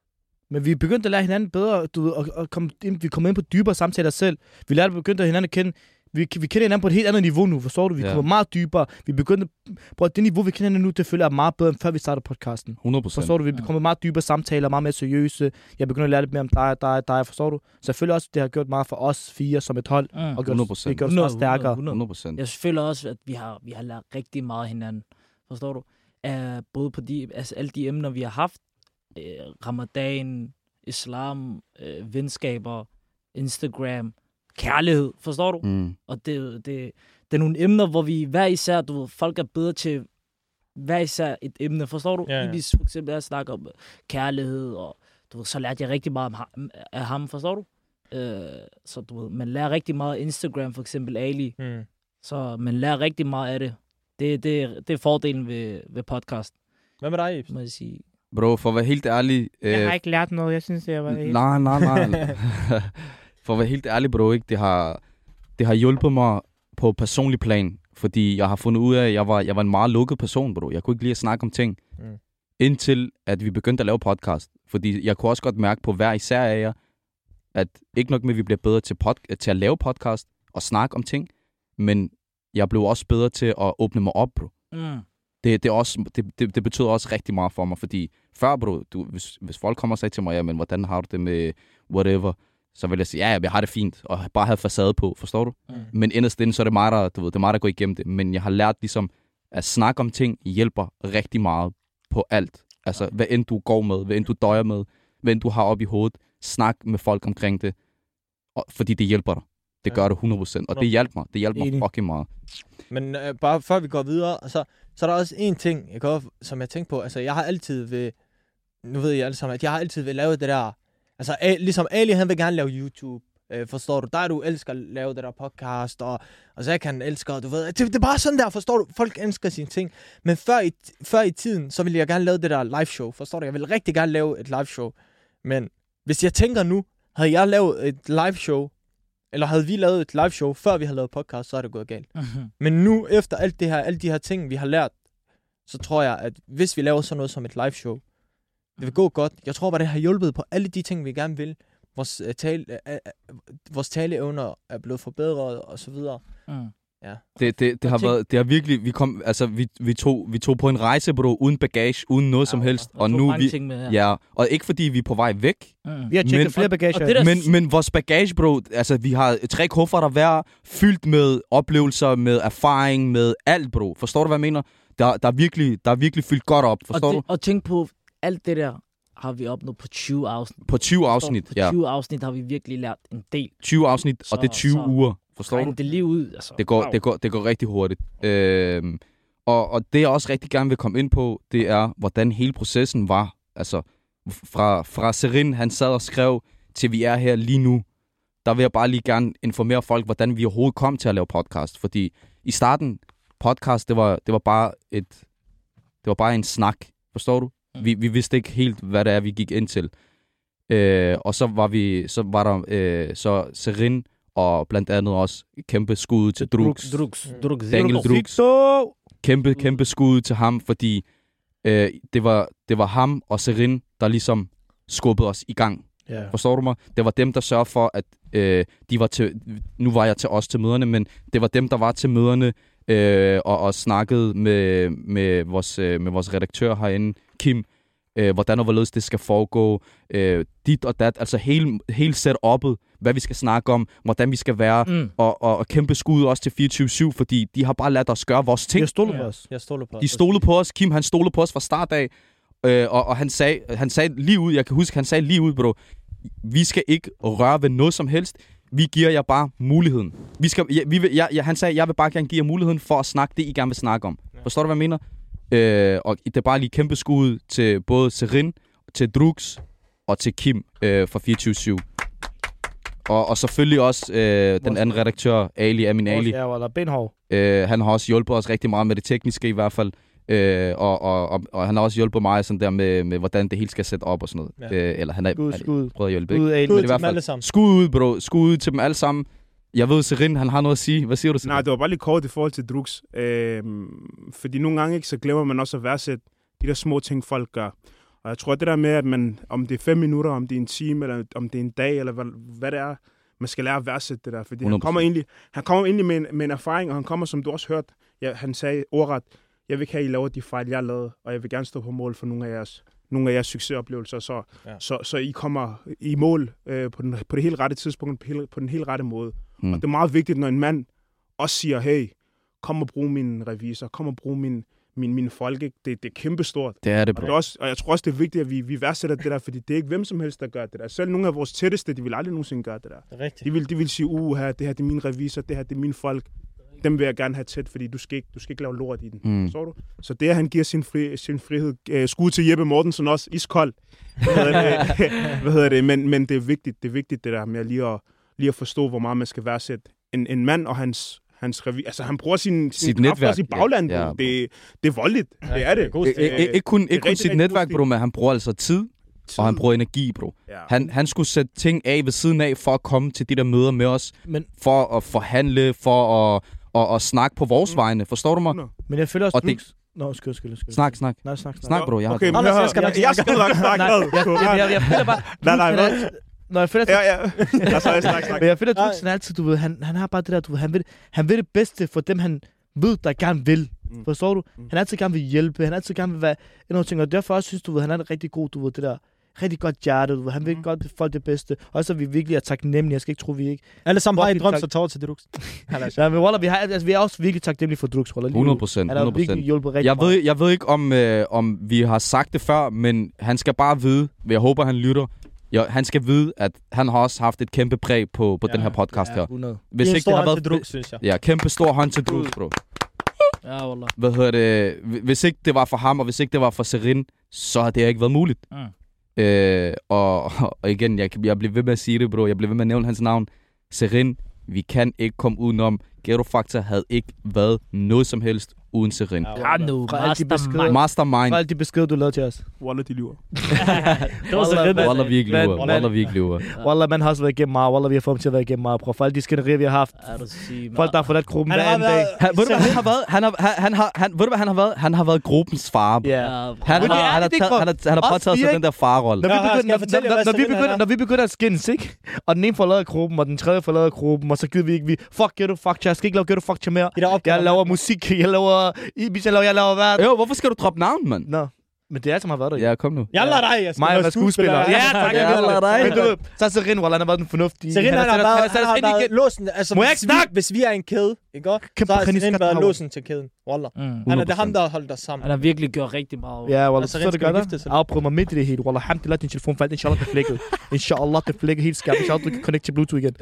Men vi begyndte at lære hinanden bedre, du ved, og, og kom ind, vi kom ind på dybere samtaler selv. Vi lærte begyndte at hinanden at kende. Vi, vi kender hinanden på et helt andet niveau nu, forstår du? Vi yeah. kommer meget dybere. Vi begyndte, prøv at det niveau, vi kender hinanden nu, det føler jeg er meget bedre, end før vi startede podcasten. hundrede procent. Forstår du? Vi kommer meget dybere samtaler, meget mere seriøse. Jeg begynder at lære lidt mere om dig, dig, dig, forstår du? Så jeg føler også, det har gjort meget for os fire som et hold, mm. og gjort, hundrede procent. det gjort os meget stærkere. hundrede procent. Jeg føler også, at vi har, vi har lært rigtig meget af hinanden. Forstår du? Uh, både på de, altså alle de emner, vi har haft. Uh, Ramadan, islam, uh, venskaber, Instagram, kærlighed, forstår du? Mm. Og det, det, det er nogle emner, hvor vi hver især, du ved, folk er bedre til hver især et emne, forstår du? Ja, ja. Ibis for eksempel, jeg snakker om kærlighed, og du ved, så lærte jeg rigtig meget om ham, af ham, forstår du? Øh, så du ved, man lærer rigtig meget af Instagram, for eksempel Ali. Mm. Så man lærer rigtig meget af det. Det, det, det er fordelen ved, ved podcast. Hvad med dig, Ibs? Må jeg sige. Bro, for at være helt ærlig... Øh... Jeg har ikke lært noget, jeg synes, det var helt... Nej, nej, nej. For at være helt ærlig, bro, ikke? Det har, det har hjulpet mig på personlig plan, fordi jeg har fundet ud af, at jeg var, jeg var en meget lukket person, bro. Jeg kunne ikke lide at snakke om ting, mm. indtil at vi begyndte at lave podcast. Fordi jeg kunne også godt mærke på hver især af jer, at ikke nok med, at vi bliver bedre til, pod- til at lave podcast og snakke om ting, men jeg blev også bedre til at åbne mig op, bro. Mm. Det, det, også, det, det, det betyder også rigtig meget for mig, fordi før, bro, du, hvis, hvis folk kommer og siger til mig, ja, men hvordan har du det med whatever, så vil jeg sige, ja, jeg har det fint, og bare have facade på, forstår du? Mm. Men inderst inde, så er det mig, der, du ved, det er mig, der går igennem det. Men jeg har lært ligesom, at snakke om ting hjælper rigtig meget på alt. Altså, hvad end du går med, hvad end du døjer med, hvad end du har op i hovedet, snak med folk omkring det, og, fordi det hjælper dig. Det gør det hundrede procent, og det hjalp mig. Det hjalp mig fucking meget. Men øh, bare før vi går videre, så, så er der også en ting, jeg går, som jeg tænker på. Altså, jeg har altid ved, nu ved jeg alle sammen, at jeg har altid ved lave det der. Altså, a, ligesom Ali, han vil gerne lave YouTube. Øh, forstår du? Der er du elsker at lave det der podcast, og, og så jeg kan elske, du ved. Det, det er bare sådan der, forstår du? Folk elsker sine ting. Men før i, før i tiden, så ville jeg gerne lave det der live show. Forstår du? Jeg vil rigtig gerne lave et live show. Men hvis jeg tænker nu, havde jeg lavet et live show, eller havde vi lavet et live show, før vi havde lavet podcast, så er det gået galt. Mm-hmm. Men nu, efter alt det her, alle de her ting, vi har lært, så tror jeg, at hvis vi laver sådan noget som et live show, det vil gå godt. Jeg tror bare, det har hjulpet på alle de ting, vi gerne vil. vores, uh, tale, uh, uh, vores taleevner er blevet forbedret og så videre. Mm. Ja. Det, det, det har tænk... været, det har virkelig, vi kom, altså vi, vi, tog, vi tog på en rejse, bro, uden bagage, uden noget ja, som helst. Og, og nu vi, med, ja, og ikke fordi vi er på vej væk. Mm. Vi har tjekket flere bagage. Men, men vores bagage, bro, altså vi har tre kufferter hver, fyldt med oplevelser, med erfaring, med alt, bro. Forstår du, hvad jeg mener? Der, der, er, virkelig, der er virkelig fyldt godt op, forstår og det, du? Og tænk på, alt det der har vi opnået på tyve afsnit. På tyve afsnit, på ja. På tyve afsnit har vi virkelig lært en del. tyve afsnit, så, og det er tyve så, uger. Forstår du? Det lige ud, altså. Det går, wow. det går, det går rigtig hurtigt. Øhm, og, og det jeg også rigtig gerne vil komme ind på, det er, hvordan hele processen var. Altså, fra, fra Serin, han sad og skrev, til vi er her lige nu. Der vil jeg bare lige gerne informere folk, hvordan vi overhovedet kom til at lave podcast. Fordi i starten, podcast, det var, det var bare et, det var bare en snak. Forstår du? Mm. Vi, vi vidste ikke helt, hvad det er, vi gik ind til. Øh, og så var vi, så var der øh, så Serin, og blandt andet også kæmpe skud til Drux. Drux. Drux. Daniel Drux. Kæmpe, kæmpe skud til ham, fordi øh, det, var, det var ham og Serin, der ligesom skubbede os i gang. Yeah. Forstår du mig? Det var dem, der sørgede for, at øh, de var til... Nu var jeg til os til møderne, men det var dem, der var til møderne øh, og, og snakkede med, med, vores, øh, med vores redaktør herinde, Kim, øh, hvordan og hvorledes det skal foregå, øh, dit og dat, altså hele, hele setup'et, hvad vi skal snakke om, hvordan vi skal være, mm. og, og, og kæmpe skud også til fireogtyve syv, fordi de har bare ladet os gøre vores ting. Jeg stoler på os. Jeg stoler på os. De stolede på os. Kim, han stolede på os fra start af, øh, og, og han, sagde, han sagde lige ud, jeg kan huske, han sagde lige ud, bro, vi skal ikke røre ved noget som helst. Vi giver jer bare muligheden. Vi skal, ja, vi vil, ja, ja, han sagde, jeg vil bare gerne give jer muligheden for at snakke det, I gerne vil snakke om. Ja. Forstår du, hvad jeg mener? Øh, og det er bare lige kæmpe skud til både Serin, til Drux og til Kim øh, fra fireogtyve syv. Og, og selvfølgelig også øh, den anden redaktør, Ali, Amin Ali. Ja, eller Benhov. Øh, han har også hjulpet os rigtig meget med det tekniske i hvert fald. Øh, og, og, og, og han har også hjulpet mig sådan der med, med hvordan det hele skal sætte op og sådan noget. Ja. Øh, eller han har skud, skud. prøvet at hjælpe. Skud, ikke? skud til dem alle sammen. Skud ud, bro. Skud ud til dem alle sammen. Jeg ved, Serin, han har noget at sige. Hvad siger du, Serin? Nej, det var bare lige kort i forhold til Drux. Øh, fordi nogle gange ikke, så glemmer man også at værdsætte de der små ting, folk gør. Og jeg tror, det der med, at man, om det er fem minutter, om det er en time, eller om det er en dag, eller hvad, hvad det er, man skal lære at værdsætte det der. Fordi han kommer, egentlig, han kommer egentlig med en, med en erfaring, og han kommer, som du også hørte, ja, han sagde ordret, jeg vil ikke have, at I laver de fejl, jeg lavede, og jeg vil gerne stå på mål for nogle af jeres, nogle af jeres succesoplevelser, så, ja. så, så I kommer i mål øh, på, den, på det helt rette tidspunkt, på, på den helt rette måde. Mm. Og det er meget vigtigt, når en mand også siger, hey, kom og brug min revisor, kom og brug min, min, mine folk. Det, det er kæmpestort. Det er det, bro. Og, det er også, og jeg tror også, det er vigtigt, at vi, vi værdsætter det der, fordi det er ikke hvem som helst, der gør det der. Selv nogle af vores tætteste, de vil aldrig nogensinde gøre det der. Det de, vil, de vil sige, uh, her, det her det er min revisor, det her det er mine folk. Dem vil jeg gerne have tæt, fordi du skal ikke, du skal ikke lave lort i den. Mm. Så du? Så det, at han giver sin, fri, sin frihed, uh, skud til Jeppe Mortensen også, iskold. Hvad hedder det? Hvad hedder det? Men, men det er vigtigt, det er vigtigt det der med lige at, lige at forstå, hvor meget man skal værdsætte en, en mand og hans, hans revi. Altså, han bruger sin, sin sit netværk. Sit bagland, ja, ja. Det, det er voldeligt. Ja, det er det. det er ikke, ikke kun, ikke kun sit netværk, bro, men han bruger altså tid, tid. Og han bruger energi, bro. Ja. Han, han skulle sætte ting af ved siden af, for at komme til de der møder med os. Men, for at forhandle, for at, at, at snakke på vores mm. vegne. Forstår du mig? Men jeg føler også... Det... Nå, skyld, skyld, skyld. Snak, snak. Nej, snak, snak. Snak, bro. Jeg okay, har men jeg skal nok snakke. Jeg skal nok snakke. Jeg føler bare... Nej, nej, nej. Når jeg føler, ja, ja. Jeg så jeg snak, snak. Men jeg føler, at Drux altid, du ved, han, han har bare det der, du ved, han vil, han vil det bedste for dem, han ved, der gerne vil. Mm. Forstår du? Mm. Han altid gerne vil hjælpe, han altid gerne vil være noget ting, og derfor også synes du ved, han er en rigtig god, du ved, det der, rigtig godt hjerte, du ved, han vil mm. godt folk det bedste. Og så er vi virkelig er taknemmelige, jeg skal ikke tro, vi ikke... Alle sammen har en drøm, så tager til Drux. Ja, men Wallah, vi, har, altså, vi er også virkelig taknemmelige for Drux, Wallah. hundrede procent. hundrede procent. Jeg ved, jeg ved ikke, om, øh, om vi har sagt det før, men han skal bare vide, jeg håber, han lytter. Jo, han skal vide, at han har også haft et kæmpe præg på, på ja, den her podcast ja, her. Hvis ikke det har været Drux, synes jeg. Ja, kæmpe stor hånd til Drux, bro. Ja, wallah. Hvad hedder det? Hvis ikke det var for ham, og hvis ikke det var for Serin, så har det ikke været muligt. Mm. Øh, og, og igen, jeg, jeg bliver ved med at sige det, bro. Jeg bliver ved med at nævne hans navn. Serin, vi kan ikke komme udenom. Ghetto Factor havde ikke været noget som helst uden Serin. Ja, nu, mastermind. Mastermind. Fra alle de beskeder, du lavede til os. Wallah, de lyver. Det var Serin. Wallah, vi ikke lyver. Wallah, vi ikke lyver. Wallah, man har også været igennem meget. Wallah, vi har fået ham til at være igennem meget. Prøv for alle de skænderier, vi har haft. Folk, der har forladt gruppen hver anden dag. Han, ved du hvad, han har været? Han har, han har, han, ved du hvad, han har været? Han har været gruppens far. Ja. Han har, han har, taget, han har, han har påtaget sig den der farrolle. Når vi begynder, når, når, vi begynder, når vi begynder at skændes, ikke? Og den ene forlader gruppen, og den tredje forlader gruppen, og så gider vi ikke, vi fuck, get du fuck, jeg skal ikke lave get du fuck til mere. Jeg laver musik, jeg laver Ibis, jeg laver, jeg laver hvad. Jo, hvorfor skal du droppe navn, mand? Nå. Men det er som har været der. Ja, kom nu. Jeg lader dig, jeg skal mig være skuespiller. Ja, tak. Jeg lader dig. Men du ved, så Serin, Wallah, han har været den fornuftige. Serin, han har været, han har været låsen. Altså, må jeg ikke snakke? Hvis vi er en kæde, ikke godt? Så har Serin været låsen til kæden. Wallah. Han er det ham, der har holdt os sammen. Han har virkelig gjort rigtig meget. Ja, Wallah, så er det godt. Jeg afprøver mig midt i det hele. Wallah, alhamdulillah, din telefon faldt. Inshallah, det flækket. Inshallah, det flækket helt skarpt. Inshallah, du kan connecte til Bluetooth igen.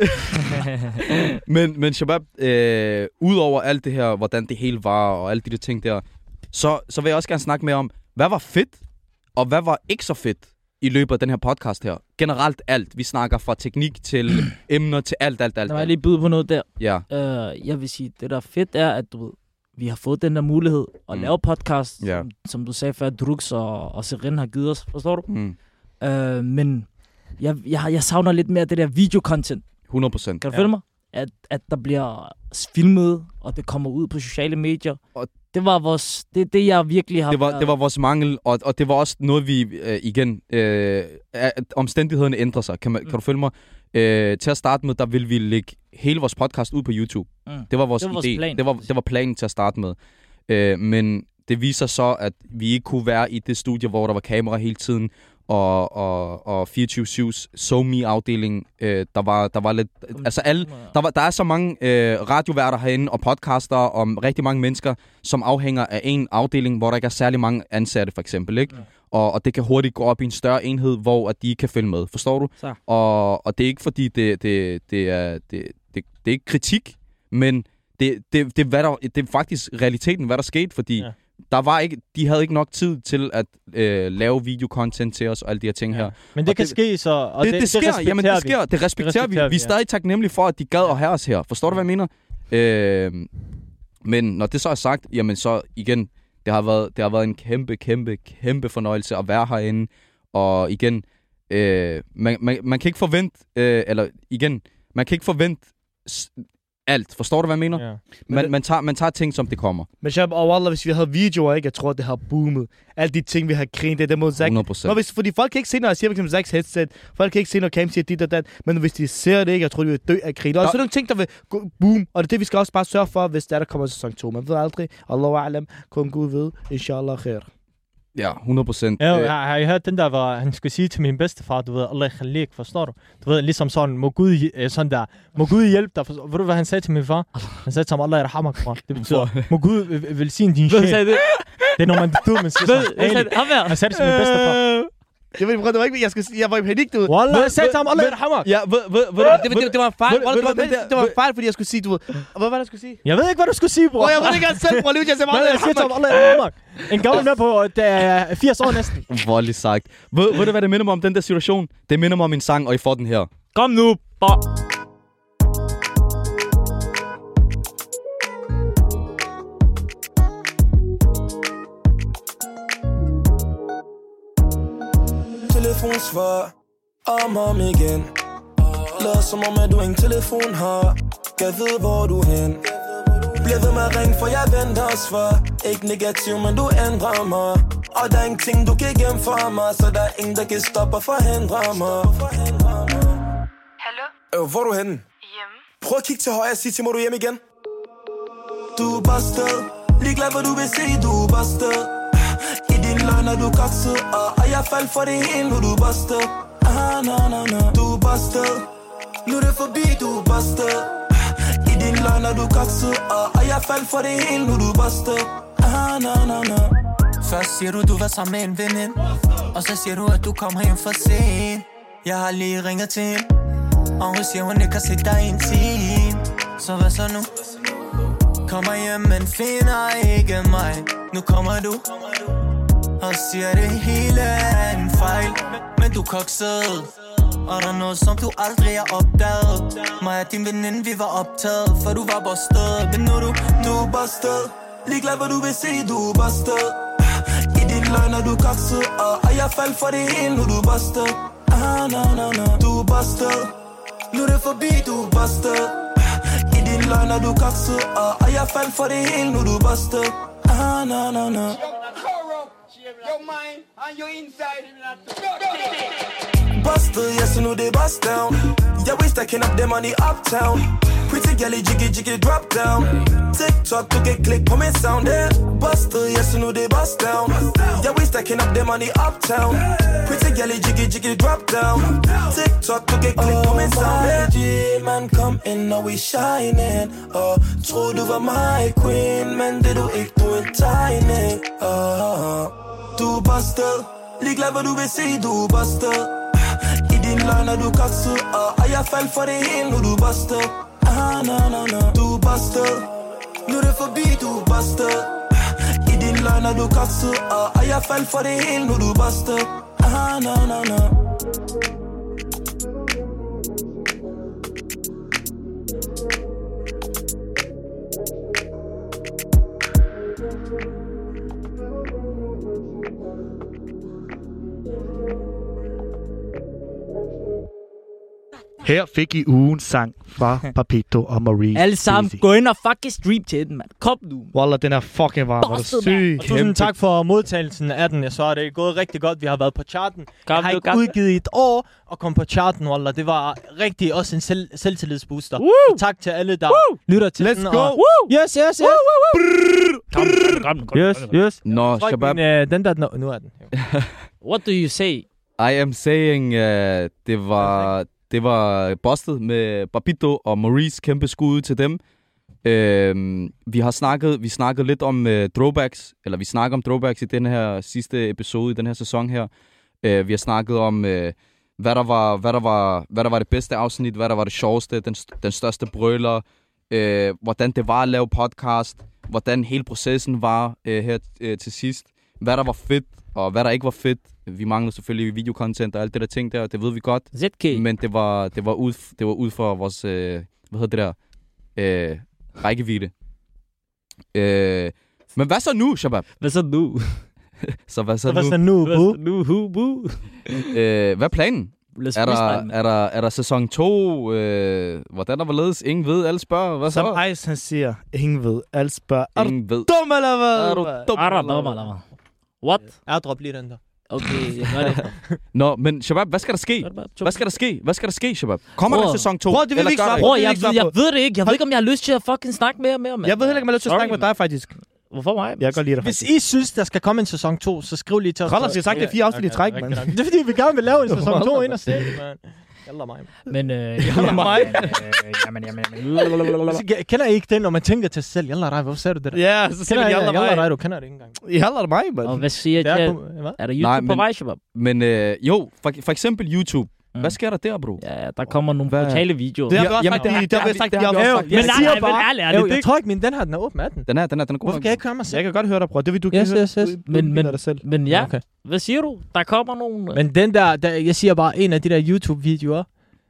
men, men Shabab, øh, udover alt det her, hvordan det hele var, og alle de der ting der, så, så vil jeg også gerne snakke mere om, hvad var fedt, og hvad var ikke så fedt i løbet af den her podcast her? Generelt alt. Vi snakker fra teknik til emner til alt, alt, alt. Lad mig lige byde på noget der. Ja. Uh, jeg vil sige, det der er fedt er, at du ved, vi har fået den der mulighed at mm. lave podcast, yeah. som, som du sagde før, Drux og, og Serin har givet os. Forstår du? Mm. Uh, men jeg, jeg, jeg savner lidt mere det der video-content. hundrede procent. Kan du ja. følge mig? At, at der bliver filmet, og det kommer ud på sociale medier. Og det var vores, det, det jeg virkelig har... Det var, det var vores mangel, og, og det var også noget, vi øh, igen... Øh, omstændighederne ændrer sig. Kan, man, mm. kan du følge mig? Øh, til at starte med, der ville vi lægge hele vores podcast ud på YouTube. Mm. Det var vores det var idé. Vores plan. Det, var, det var planen til at starte med. Øh, men det viser så, at vi ikke kunne være i det studie, hvor der var kamera hele tiden, og, og, og fireogtyve syv's SoMe-afdeling, øh, der var der var lidt... Altså alle, der, var, der er så mange øh, radioværter herinde, og podcaster, om rigtig mange mennesker, som afhænger af en afdeling, hvor der ikke er særlig mange ansatte, for eksempel, ikke? Ja. Og, og det kan hurtigt gå op i en større enhed, hvor at de kan følge med. Forstår du? Og, og det er ikke, fordi det, det, det, er, det, det, det er ikke kritik, men det, det, det, hvad der, det er faktisk realiteten, hvad der skete, fordi... Ja. Der var ikke, de havde ikke nok tid til at øh, lave video-content til os og alle de her ting ja. her. Men det og kan det, ske så, og det, det, det, sker, det jamen det sker, det respekterer, det respekterer vi. Vi er stadig taknemmelige for, at de gad at have os her. Forstår du, hvad jeg mener? Øh, men når det så er sagt, jamen så igen, det har været, det har været en kæmpe, kæmpe, kæmpe fornøjelse at være herinde. Og igen, øh, man, man, man kan ikke forvente, øh, eller igen, man kan ikke forvente alt. Forstår du, hvad jeg mener? Ja. Man, det... man, tager, man tager ting, som det kommer. Men Shab, og Wallah, hvis vi havde videoer, ikke? Jeg tror, det har boomet. Alle de ting, vi har grinet, det er mod Zach. hundrede procent. Nå, hvis, fordi folk kan ikke se, når jeg siger, for eksempel Zachs headset. Folk kan ikke se, når Cam siger dit og dat. Men hvis de ser det ikke, jeg tror, de vil dø af grin. Og ja. Så er nogle ting, der vil gå boom. Og det er det, vi skal også bare sørge for, hvis der, der kommer sæson to. Man ved aldrig. Allahu a'lam. Kun Gud ved. Inshallah khair. Ja, hundrede procent. Ja, jeg har I hørt den der, hvor han skulle sige til min bedstefar, du ved, Allah khalik, forstår du? Du ved, ligesom sådan, må Gud, sådan der, må Gud hjælpe dig. Forstår? Ved du, hvad han sagde til min far? Han sagde til ham, Allah yarhamak, far. Det betyder, må Gud velsigne din sjæl. Hvad sagde det? Det er, når man død, man siger sådan. Han sagde det til min bedstefar. Jeg ved ikke, det var ikke, jeg skal sige, jeg var i panik, du ved. Wallah, jeg sagde til ham, Allah yarhamak. Ja, ved, ved, ved, det, det var en fejl. Det var en fejl, fordi jeg skulle sige, du ved. Hvad var det, jeg skulle sige? Jeg ved ikke, hvad du skulle sige, bror. Jeg ved ikke, jeg selv, bror. Jeg sagde, Allah yarhamak. Allah yarhamak. En gammel med på, det er firs år næsten. Voldeligt sagt. Ved, ved du, hvad det minder mig om, den der situation? Det minder mig om en sang, og I får den her. Kom nu, bare. Telefonsvar om om igen. Lad som om at du ingen telefon har. Jeg ved hvor du hen. Bliv ved med at ringe, for jeg venter svar. Ikke negativ, men du ændrer mig. Og der er ingenting du kan gemme for mig. Så der er ingen der kan stoppe og forhindre mig. Hallo? Øh, hvor er du henne? Hjemme. Prøv at kigge til højre og sige til mig, du er hjemme igen. Du er busted. Ligeglad hvad du vil se, du er busted. I din løgn er du kokset, og, og jeg faldt for det hele, nu du er busted. Ah, no, no, no. Du er busted. Nu er det forbi, du er busted. I din løgn er du kokset, og, og jeg faldt for det hele, nu du er busted. Ah, no, no, no. Først siger du, du var sammen med en veninde, og så siger du, at du kommer hjem for sent. Jeg har lige ringet til hende, og hun siger, hun ikke har set dig i en time. Så hvad så nu? Kommer hjem, men finder ikke mig. Nu kommer du og siger det hele er en fejl. Men du kokset, og der er noget som du aldrig har opdaget. Mig og din veninde vi var optaget, for du var busted. Men nu du, du er busted. Ligeglad hvad du vil se, du er busted. I din løgn er du kakset, og jeg faldt for det hele, nu du er busted. Ah, no, no, no, du er busted. Nu er det forbi, du er busted. I din løgn er du kakset, og jeg faldt for det hele, nu du er busted. Ah, no, no, no. Your mind and your inside. Busted, yeah, so no they bust down. Yeah, we stacking up them money uptown. Pretty girlie, jiggy, jiggy, drop down. TikTok, to get click, comment sound, yeah. Busted, yeah, so no they bust down. Yeah, we stacking up them money uptown. Pretty girlie, jiggy, jiggy, drop down. TikTok, to get click, comment sound, yeah. Jill, man, come in, now we shining. Oh, tror du var my queen, men det du ikke, du er tiny. Oh, du er busted. Ligeglad hvad du vil se, du er busted. I din løgn er du kakset, og jeg faldt for det hele, nu du er busted. Ah, no, no, no, du er busted. Nu er det forbi, du er busted. I din løgn er du kakset, og jeg faldt for det hele, nu du er busted. Ah, no, no, no. Her fik I ugens sang fra Papito og Maurice. Alle sammen, gå ind og fucking stream til den, mand. Kom nu. Wallah, den er fucking varm. Var du syg? Tusind tak for modtagelsen af den. Jeg så, det er gået rigtig godt. Vi har været på charten. Kom, jeg har ikke kom. udgivet i et år og kom på charten, Wallah. Det var rigtig også en selv selvtillidsbooster. Woo! Tak til alle, der Woo! lytter til Let's den. go. Og... Woo! Yes, yes, yes. Kom, kom, kom. Yes, yes. Nå, Shabab. Min, uh, den der, no, nu er den. What do you say? I am saying, uh, det var... Det var Busted med Papito og Maurice. Kæmpe skud til dem. Øhm, vi har snakket, vi snakket lidt om øh, throwbacks, eller vi snakker om throwbacks i den her sidste episode, i den her sæson her. Øh, vi har snakket om, øh, hvad, der var, hvad, der var, hvad der var det bedste afsnit, hvad der var det sjoveste, den, den største brøler, øh, hvordan det var at lave podcast, hvordan hele processen var øh, her øh, til sidst, hvad der var fedt, og hvad der ikke var fedt. Vi mangler selvfølgelig videocontent og alt det der ting der, det ved vi godt. Z K. Men det var, det var, ud, det var ud for vores, øh, hvad hedder det der, øh, rækkevidde. Øh, men hvad så nu, Shabab? Hvad så nu? så hvad så hvad nu? Så nu, hvad så nu, hu, bu? øh, hvad er planen? Er der, er, der, er der sæson to? Øh, hvordan er hvorledes? Ingen ved, alle spørger. Hvad så? Som Ice, han siger, ingen ved, alle spørger. Ingen er ved. du dum eller hvad? Er du dum eller hvad? What? Airdrop lige den der. Okay, jeg gør det. Nå, men Shabab, hvad skal der ske? Hvad skal der ske? Hvad skal der ske, Shabab? Kommer der sæson to? Bror, det vil vi ikke svare på. Bror, jeg, jeg, jeg ved det ikke. Jeg ved ikke, om jeg har lyst til at fucking snakke mere med ham. Jeg ved heller ikke, om jeg har lyst til at snakke med dig, faktisk. Hvorfor mig? Jeg kan godt lide dig, faktisk. Hvis I synes, der skal komme en sæson to, så skriv lige til os. Krallers, jeg har sagt, det er fire afsnit i træk, mand. Det er fordi, vi gerne vil lave en sæson to ind og se det, mand. Jalla mig. Men, øh... Jalla mig. Jamen, jamen, jamen. Kender I ikke den, når man tænker til sig selv? Jalla dig, hvorfor sagde du det der? Ja, så siger man jalla mig. Jalla dig, du kender det ikke engang. Jalla mig, mand. Og hvad siger jeg? Er der YouTube på vej, Shabab? Men øh, jo, for, for eksempel YouTube. Mm. Hvad sker der der, bro? Ja, der kommer nogle brutale videoer. Det har vi også sagt, det har vi sagt, det har vi også sagt. Men siger bare, jeg tror ikke, men den her, den er åben af den. Den er, den er, den er god. Hvorfor kan jeg ikke høre mig selv? Jeg kan godt høre dig, bror. Det vil du yes, yes, yes. Men, men, men ja, hvad siger du? Der kommer nogle... Men den der, jeg siger bare, en af de der YouTube-videoer,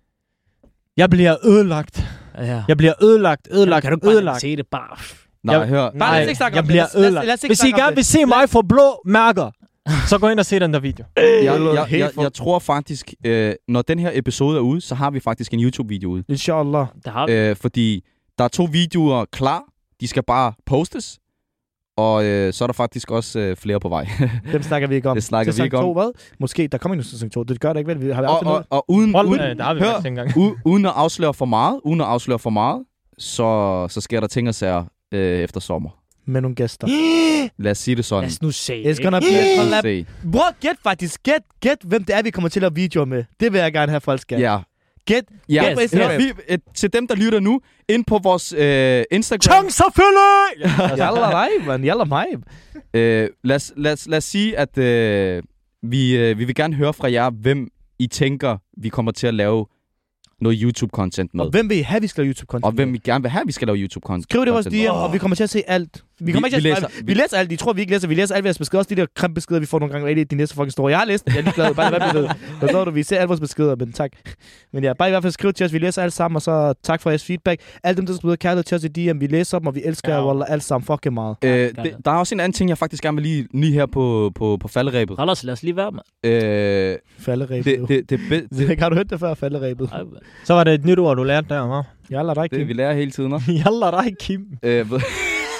jeg bliver ødelagt. Ja. Jeg bliver ødelagt, ødelagt, kan du ødelagt. Se det bare. Nej, hør. Nej, jeg bliver ødelagt. Hvis I gerne vil se mig få blå mærker, så gå ind og se den der video. jeg, jeg, jeg, jeg tror faktisk, øh, når den her episode er ude, så har vi faktisk en YouTube-video ude. Inshallah. Det har vi. Øh, fordi der er to videoer klar. De skal bare postes. Og øh, så er der faktisk også øh, flere på vej. Dem snakker vi ikke om. Det snakker sæson vi ikke om. to, hvad? Måske, der kommer ikke en sæson to. Det gør der ikke, vel? Vi har og, og, og uden, Hold, uden, øh, der har vi hør, engang. u, uden at afsløre for meget, uden at afsløre for meget, så, så sker der ting og sager øh, efter sommer. Med nogle gæster. Lad os sige det sådan. Lad os nu se. It's gonna be a collab. Bror, gæt faktisk. Gæt, gæt, hvem det er, vi kommer til at videoer med. Det vil jeg gerne have, folk skal. Ja. Gæt. Ja. Gæt ja. Vi, et, til dem, der lytter nu, ind på vores øh, Instagram. Chang selvfølgelig! Jalla dig, man. Jalla mig. Øh, lad, os, lad, os, lad os sige, at øh, vi, øh, vi vil gerne høre fra jer, hvem I tænker, vi kommer til at lave noget YouTube-content med. Og hvem vil I have, vi skal lave YouTube-content Og hvem vi gerne vil have, vi skal lave YouTube-content. Skriv det i vores D M, og vi kommer til at se alt. Vi kommer Vi- ikke til vi at læser- vi, vi læser alt. De tror, vi ikke læser. Vi læser alle jeres beskeder. Også de der kræm beskeder, vi får nogle gange. De næste fucking store. Jeg har læst det. Jeg er ligeglad. Bare hvad bliver det? Forstår du? Vi ser alle vores beskeder, men tak. Men ja, bare i hvert fald skriv til os. Vi læser alle sammen, og så tak for jeres feedback. Alt dem, der skriver kærlighed til os i D M. Vi læser dem, og vi elsker jer ja. alle sammen fucking meget. Øh, det, der er også en anden ting, jeg faktisk gerne vil lige, lige her på, på, på falderæbet. Hold os, lad os lige være med. Øh, falderæbet. Det, det, det, det, det, har du hørt det før, falderæbet? Så var det et nyt ord, du lærte der, hva'? Jalla dig, Kim. Det vi lærer hele tiden, hva'? Jalla dig, Kim. Øh, ved-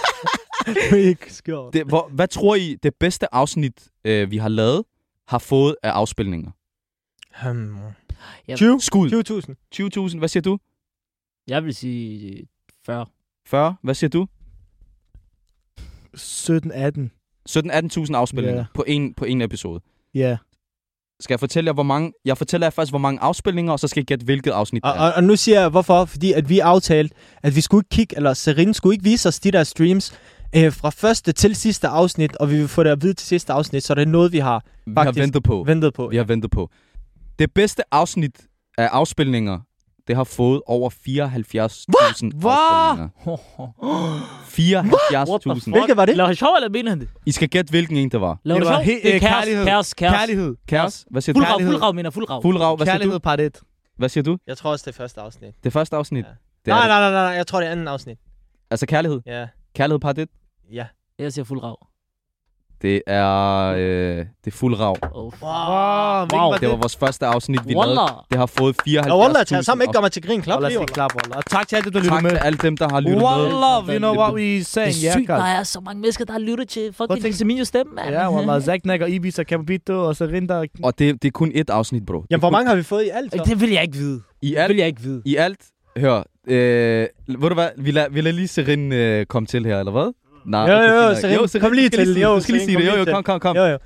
det, hvor, hvad tror I, det bedste afsnit, øh, vi har lavet, har fået af afspilninger? Um, tyve? Skud. tyve tusind. tyve tusind. Hvad siger du? Jeg vil sige fyrre. fyrre. Hvad siger du? sytten atten. sytten atten tusind afspilninger Ja. på en på en episode. Ja. Skal jeg fortælle jer, hvor mange... Jeg fortæller jer først, hvor mange afspilninger, og så skal I gætte, hvilket afsnit Og, det er. og, og nu siger jeg, hvorfor. Fordi at vi aftalte, at vi skulle ikke kigge, eller Serine skulle ikke vise os de der streams øh, fra første til sidste afsnit, og vi vil få det at vide til sidste afsnit, så det er noget, vi har Vi faktisk har ventet på. ventet på. Vi har ventet på. Det bedste afsnit af afspilninger, det har fået over fireoghalvfjerds tusind afspilninger. fireoghalvfjerds tusind. Hvilket var det? Laver han sjov, eller mener han det? I skal gætte, hvilken en det var. Laver Det det var sjov? he- Det er øh, kæres, kærlighed. kæres, kæres. Kærlighed. Kæres. Hvad siger du? Fuldgrav, fuldgrav, mener fuldgrav. Fuldgrav. Hvad siger Kærlighed du? part et. Hvad siger du? Jeg tror også, det er første afsnit. Det første afsnit? Ja. Det er Nej, det. nej, nej, nej, jeg tror, det er anden afsnit. Altså kærlighed? Ja. Kærlighed part et? Ja. Jeg siger fuldgrav. Det er, øh, det er fuld rav. Oh, wow, wow. Det var vores første afsnit, vi Wallah. lavede. Det har fået fireoghalvtreds tusind. Og Wallah, tag sammen, ikke gør mig til grin. Klap Lad lige, os lige klap, Wallah. Og tak til alle dem, der lytter Tak med. til alle dem, der har lyttet med. Wallah, you know what we saying. Det er sygt, der er så mange mennesker, der har lyttet til fucking Seminios stemme, mand. Ja, Wallah. Zaknak og Ibiza, Capabito og Serinda. Og det, det er kun ét afsnit, bro. Jamen, hvor mange har vi fået i alt? Så? Det vil jeg ikke vide. I alt, Det vil jeg ikke vide. I alt, hør, øh, ved du hvad, vi lader, vi lader lige Serin øh, komme til her, eller hvad? Nej, Jo, jo, jo, okay, Serin, jo, Serin, kom lige du skal til. sige- Jo, Du skal lige Serin, sige det. kom Jo, jo, lige kom, kom, kom. Jo, jo.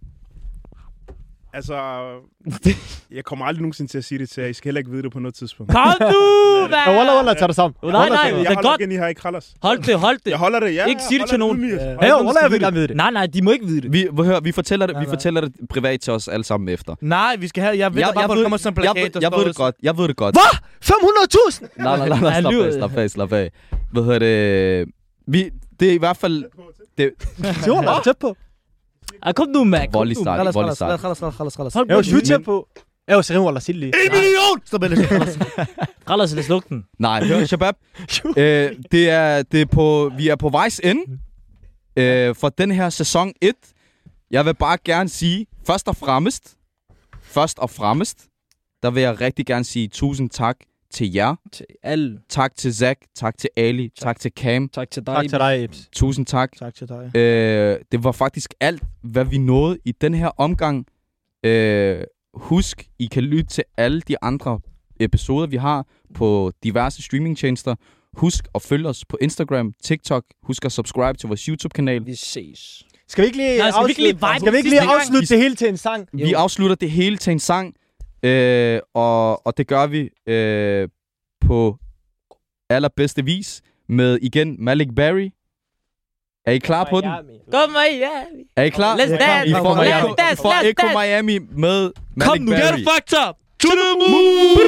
Altså, jeg kommer aldrig nogensinde til at sige det til jer. I skal heller ikke vide det på noget tidspunkt. Kom nu, mand! Ja, Wallah, Wallah, tag det sammen. Nej, nej, Jeg det er holder godt. igen, I har ikke krallers. Hold det, hold det. Jeg holder det, ja. Ikke sig det til nogen. Ja, Wallah, jeg vil gerne vide det. Nej, nej, de må ikke vide det. Vi, hør, vi fortæller det, Nej, vi nej. fortæller det privat til os alle sammen efter. Nej, vi skal have... Jeg ved bare, hvor der kommer sådan en jeg, plakat, ved, der jeg står ved det godt, jeg ved det godt. Hvad? fem hundrede tusind? Nej, nej, nej, nej, slap af, slap af, slap af. Hvad hedder det? Vi, det er i hvert fald... Det, Jo, lad os tæt på. Ej, kom nu, Mac. voldelig start, Khalas, voldelig khalas, start. khalas, khalas, khalas, khalas. Hold Jeg var på. sygt tæt på. Jeg var Serin, Wallah, sig det lige. En million! Stop med det. Khalas. Rallers, lad os lukke den. Nej, hør, Shabab. øh, det er, det er på, vi er på vejs ende øh, for den her sæson et. Jeg vil bare gerne sige, først og fremmest, først og fremmest, der vil jeg rigtig gerne sige tusind tak til jer. Til alle. Tak til Zach, tak til Ali, tak, tak til Cam. Tak til dig. Tak til dig, Ibs. Tusind tak. Tak til dig. Øh, det var faktisk alt, hvad vi nåede i den her omgang. Øh, husk, I kan lytte til alle de andre episoder, vi har på diverse streamingtjenester. Husk at følge os på Instagram, TikTok. Husk at subscribe til vores YouTube-kanal. Vi ses. Skal vi ikke lige Nej, skal vi ikke lige afslutte, vibe skal vi ikke lige sidste gang? afslutte det hele til en sang? Vi afslutter det hele til en sang, øh, og, og det gør vi øh, på allerbedste vis med igen Malik Berry. Er I klar på den? Kom med, ja. Er I klar? Let's dance. I får, Let's Echo, dance, I får let's Echo dance. Miami med Malik Kom nu, Berry. get it fucked up. To the moon.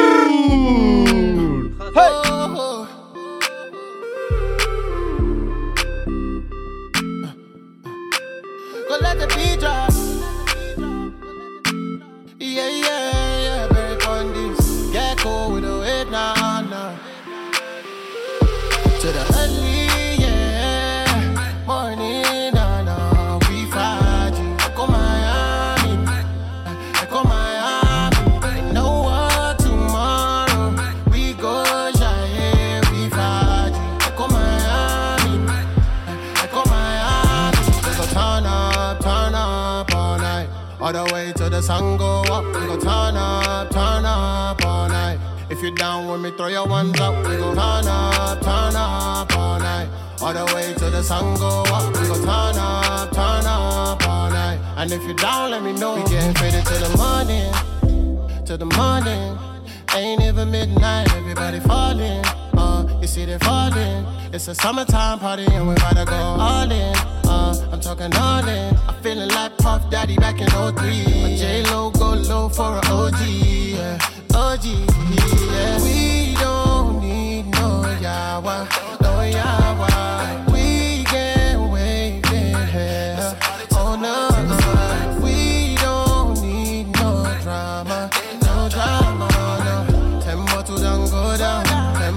Go let the beat drop. Yeah, yeah, yeah, very fun this. Get cool with the weight, nah, nah. To the early, yeah, morning, nah, nah. We Friday, I go Miami, I go Miami. I know what tomorrow we go, yeah, we Friday, I go Miami, I go Miami. We go turn up, turn up all night, all the way to the sun go up. We go turn up, turn up all night. If you're down with me, throw your ones up. We go turn up, turn up all night, all the way to the sun go up. We go turn up, turn up all night. And if you're down, let me know. We getting faded to the morning, to the morning. Ain't even midnight, everybody falling. Uh, you see they falling. It's a summertime party and we're about to go all in. Uh, I'm talking all in. I'm feeling like Puff Daddy back in oh three. My J-Lo go low for an O G, yeah. O G, yeah. We don't need no yawa, no yawa. We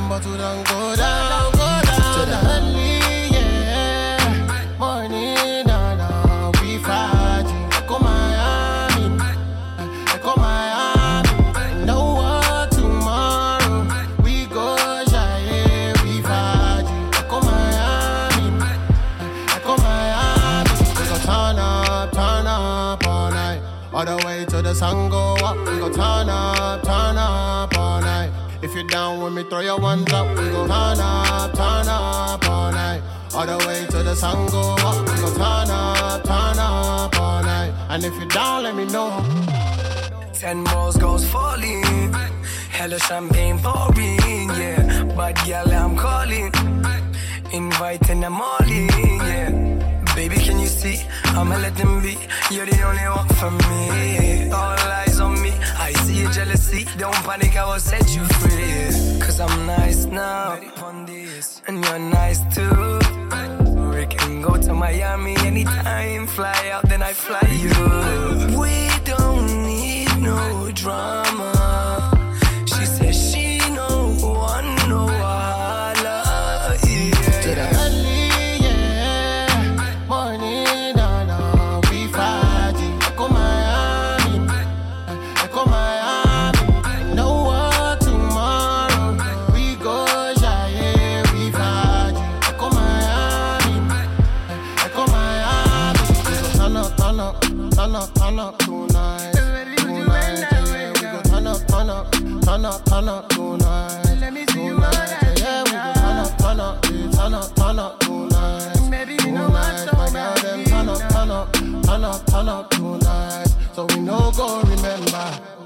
bottle don't go down, go down to the honey, yeah. Morning, nah, nah, we fighting. Echo Miami, Echo Miami. Know what tomorrow we go shy, we fighting. Echo Miami, Echo Miami. We go turn up, turn up all night, all the way to the sun go up. We go turn up, turn up all night. If you're down with me, throw your ones up. We go turn up, turn up all night, all the way to the sun go up. We go turn up, turn up all night. And if you're down, let me know. Ten balls goes falling, hella champagne pouring, yeah. But girl, I'm calling, inviting them all in, yeah. Baby, can you see? I'ma let them be. You're the only one for me. All eyes on me. I see your jealousy. Don't panic, I will set you free. Cause I'm nice now, and you're nice too. We can go to Miami anytime. Fly out, then I fly you. We don't need no drama. She says she no one, no wahala, yeah. To the early, yeah. Morning, nah, nah, we fighting. Echo Miami, Echo Miami. Know what tomorrow we go shy, we fighting. Echo Miami, Echo Miami. We go turn up, turn up, turn up, turn up tonight, tonight. Yeah, we go turn up, turn up, turn up, turn up tonight, tonight. Yeah, we go turn up, turn up, turn up, turn up tonight, tonight. My girl, them turn up, turn up, turn up, turn up tonight. So we no go remember.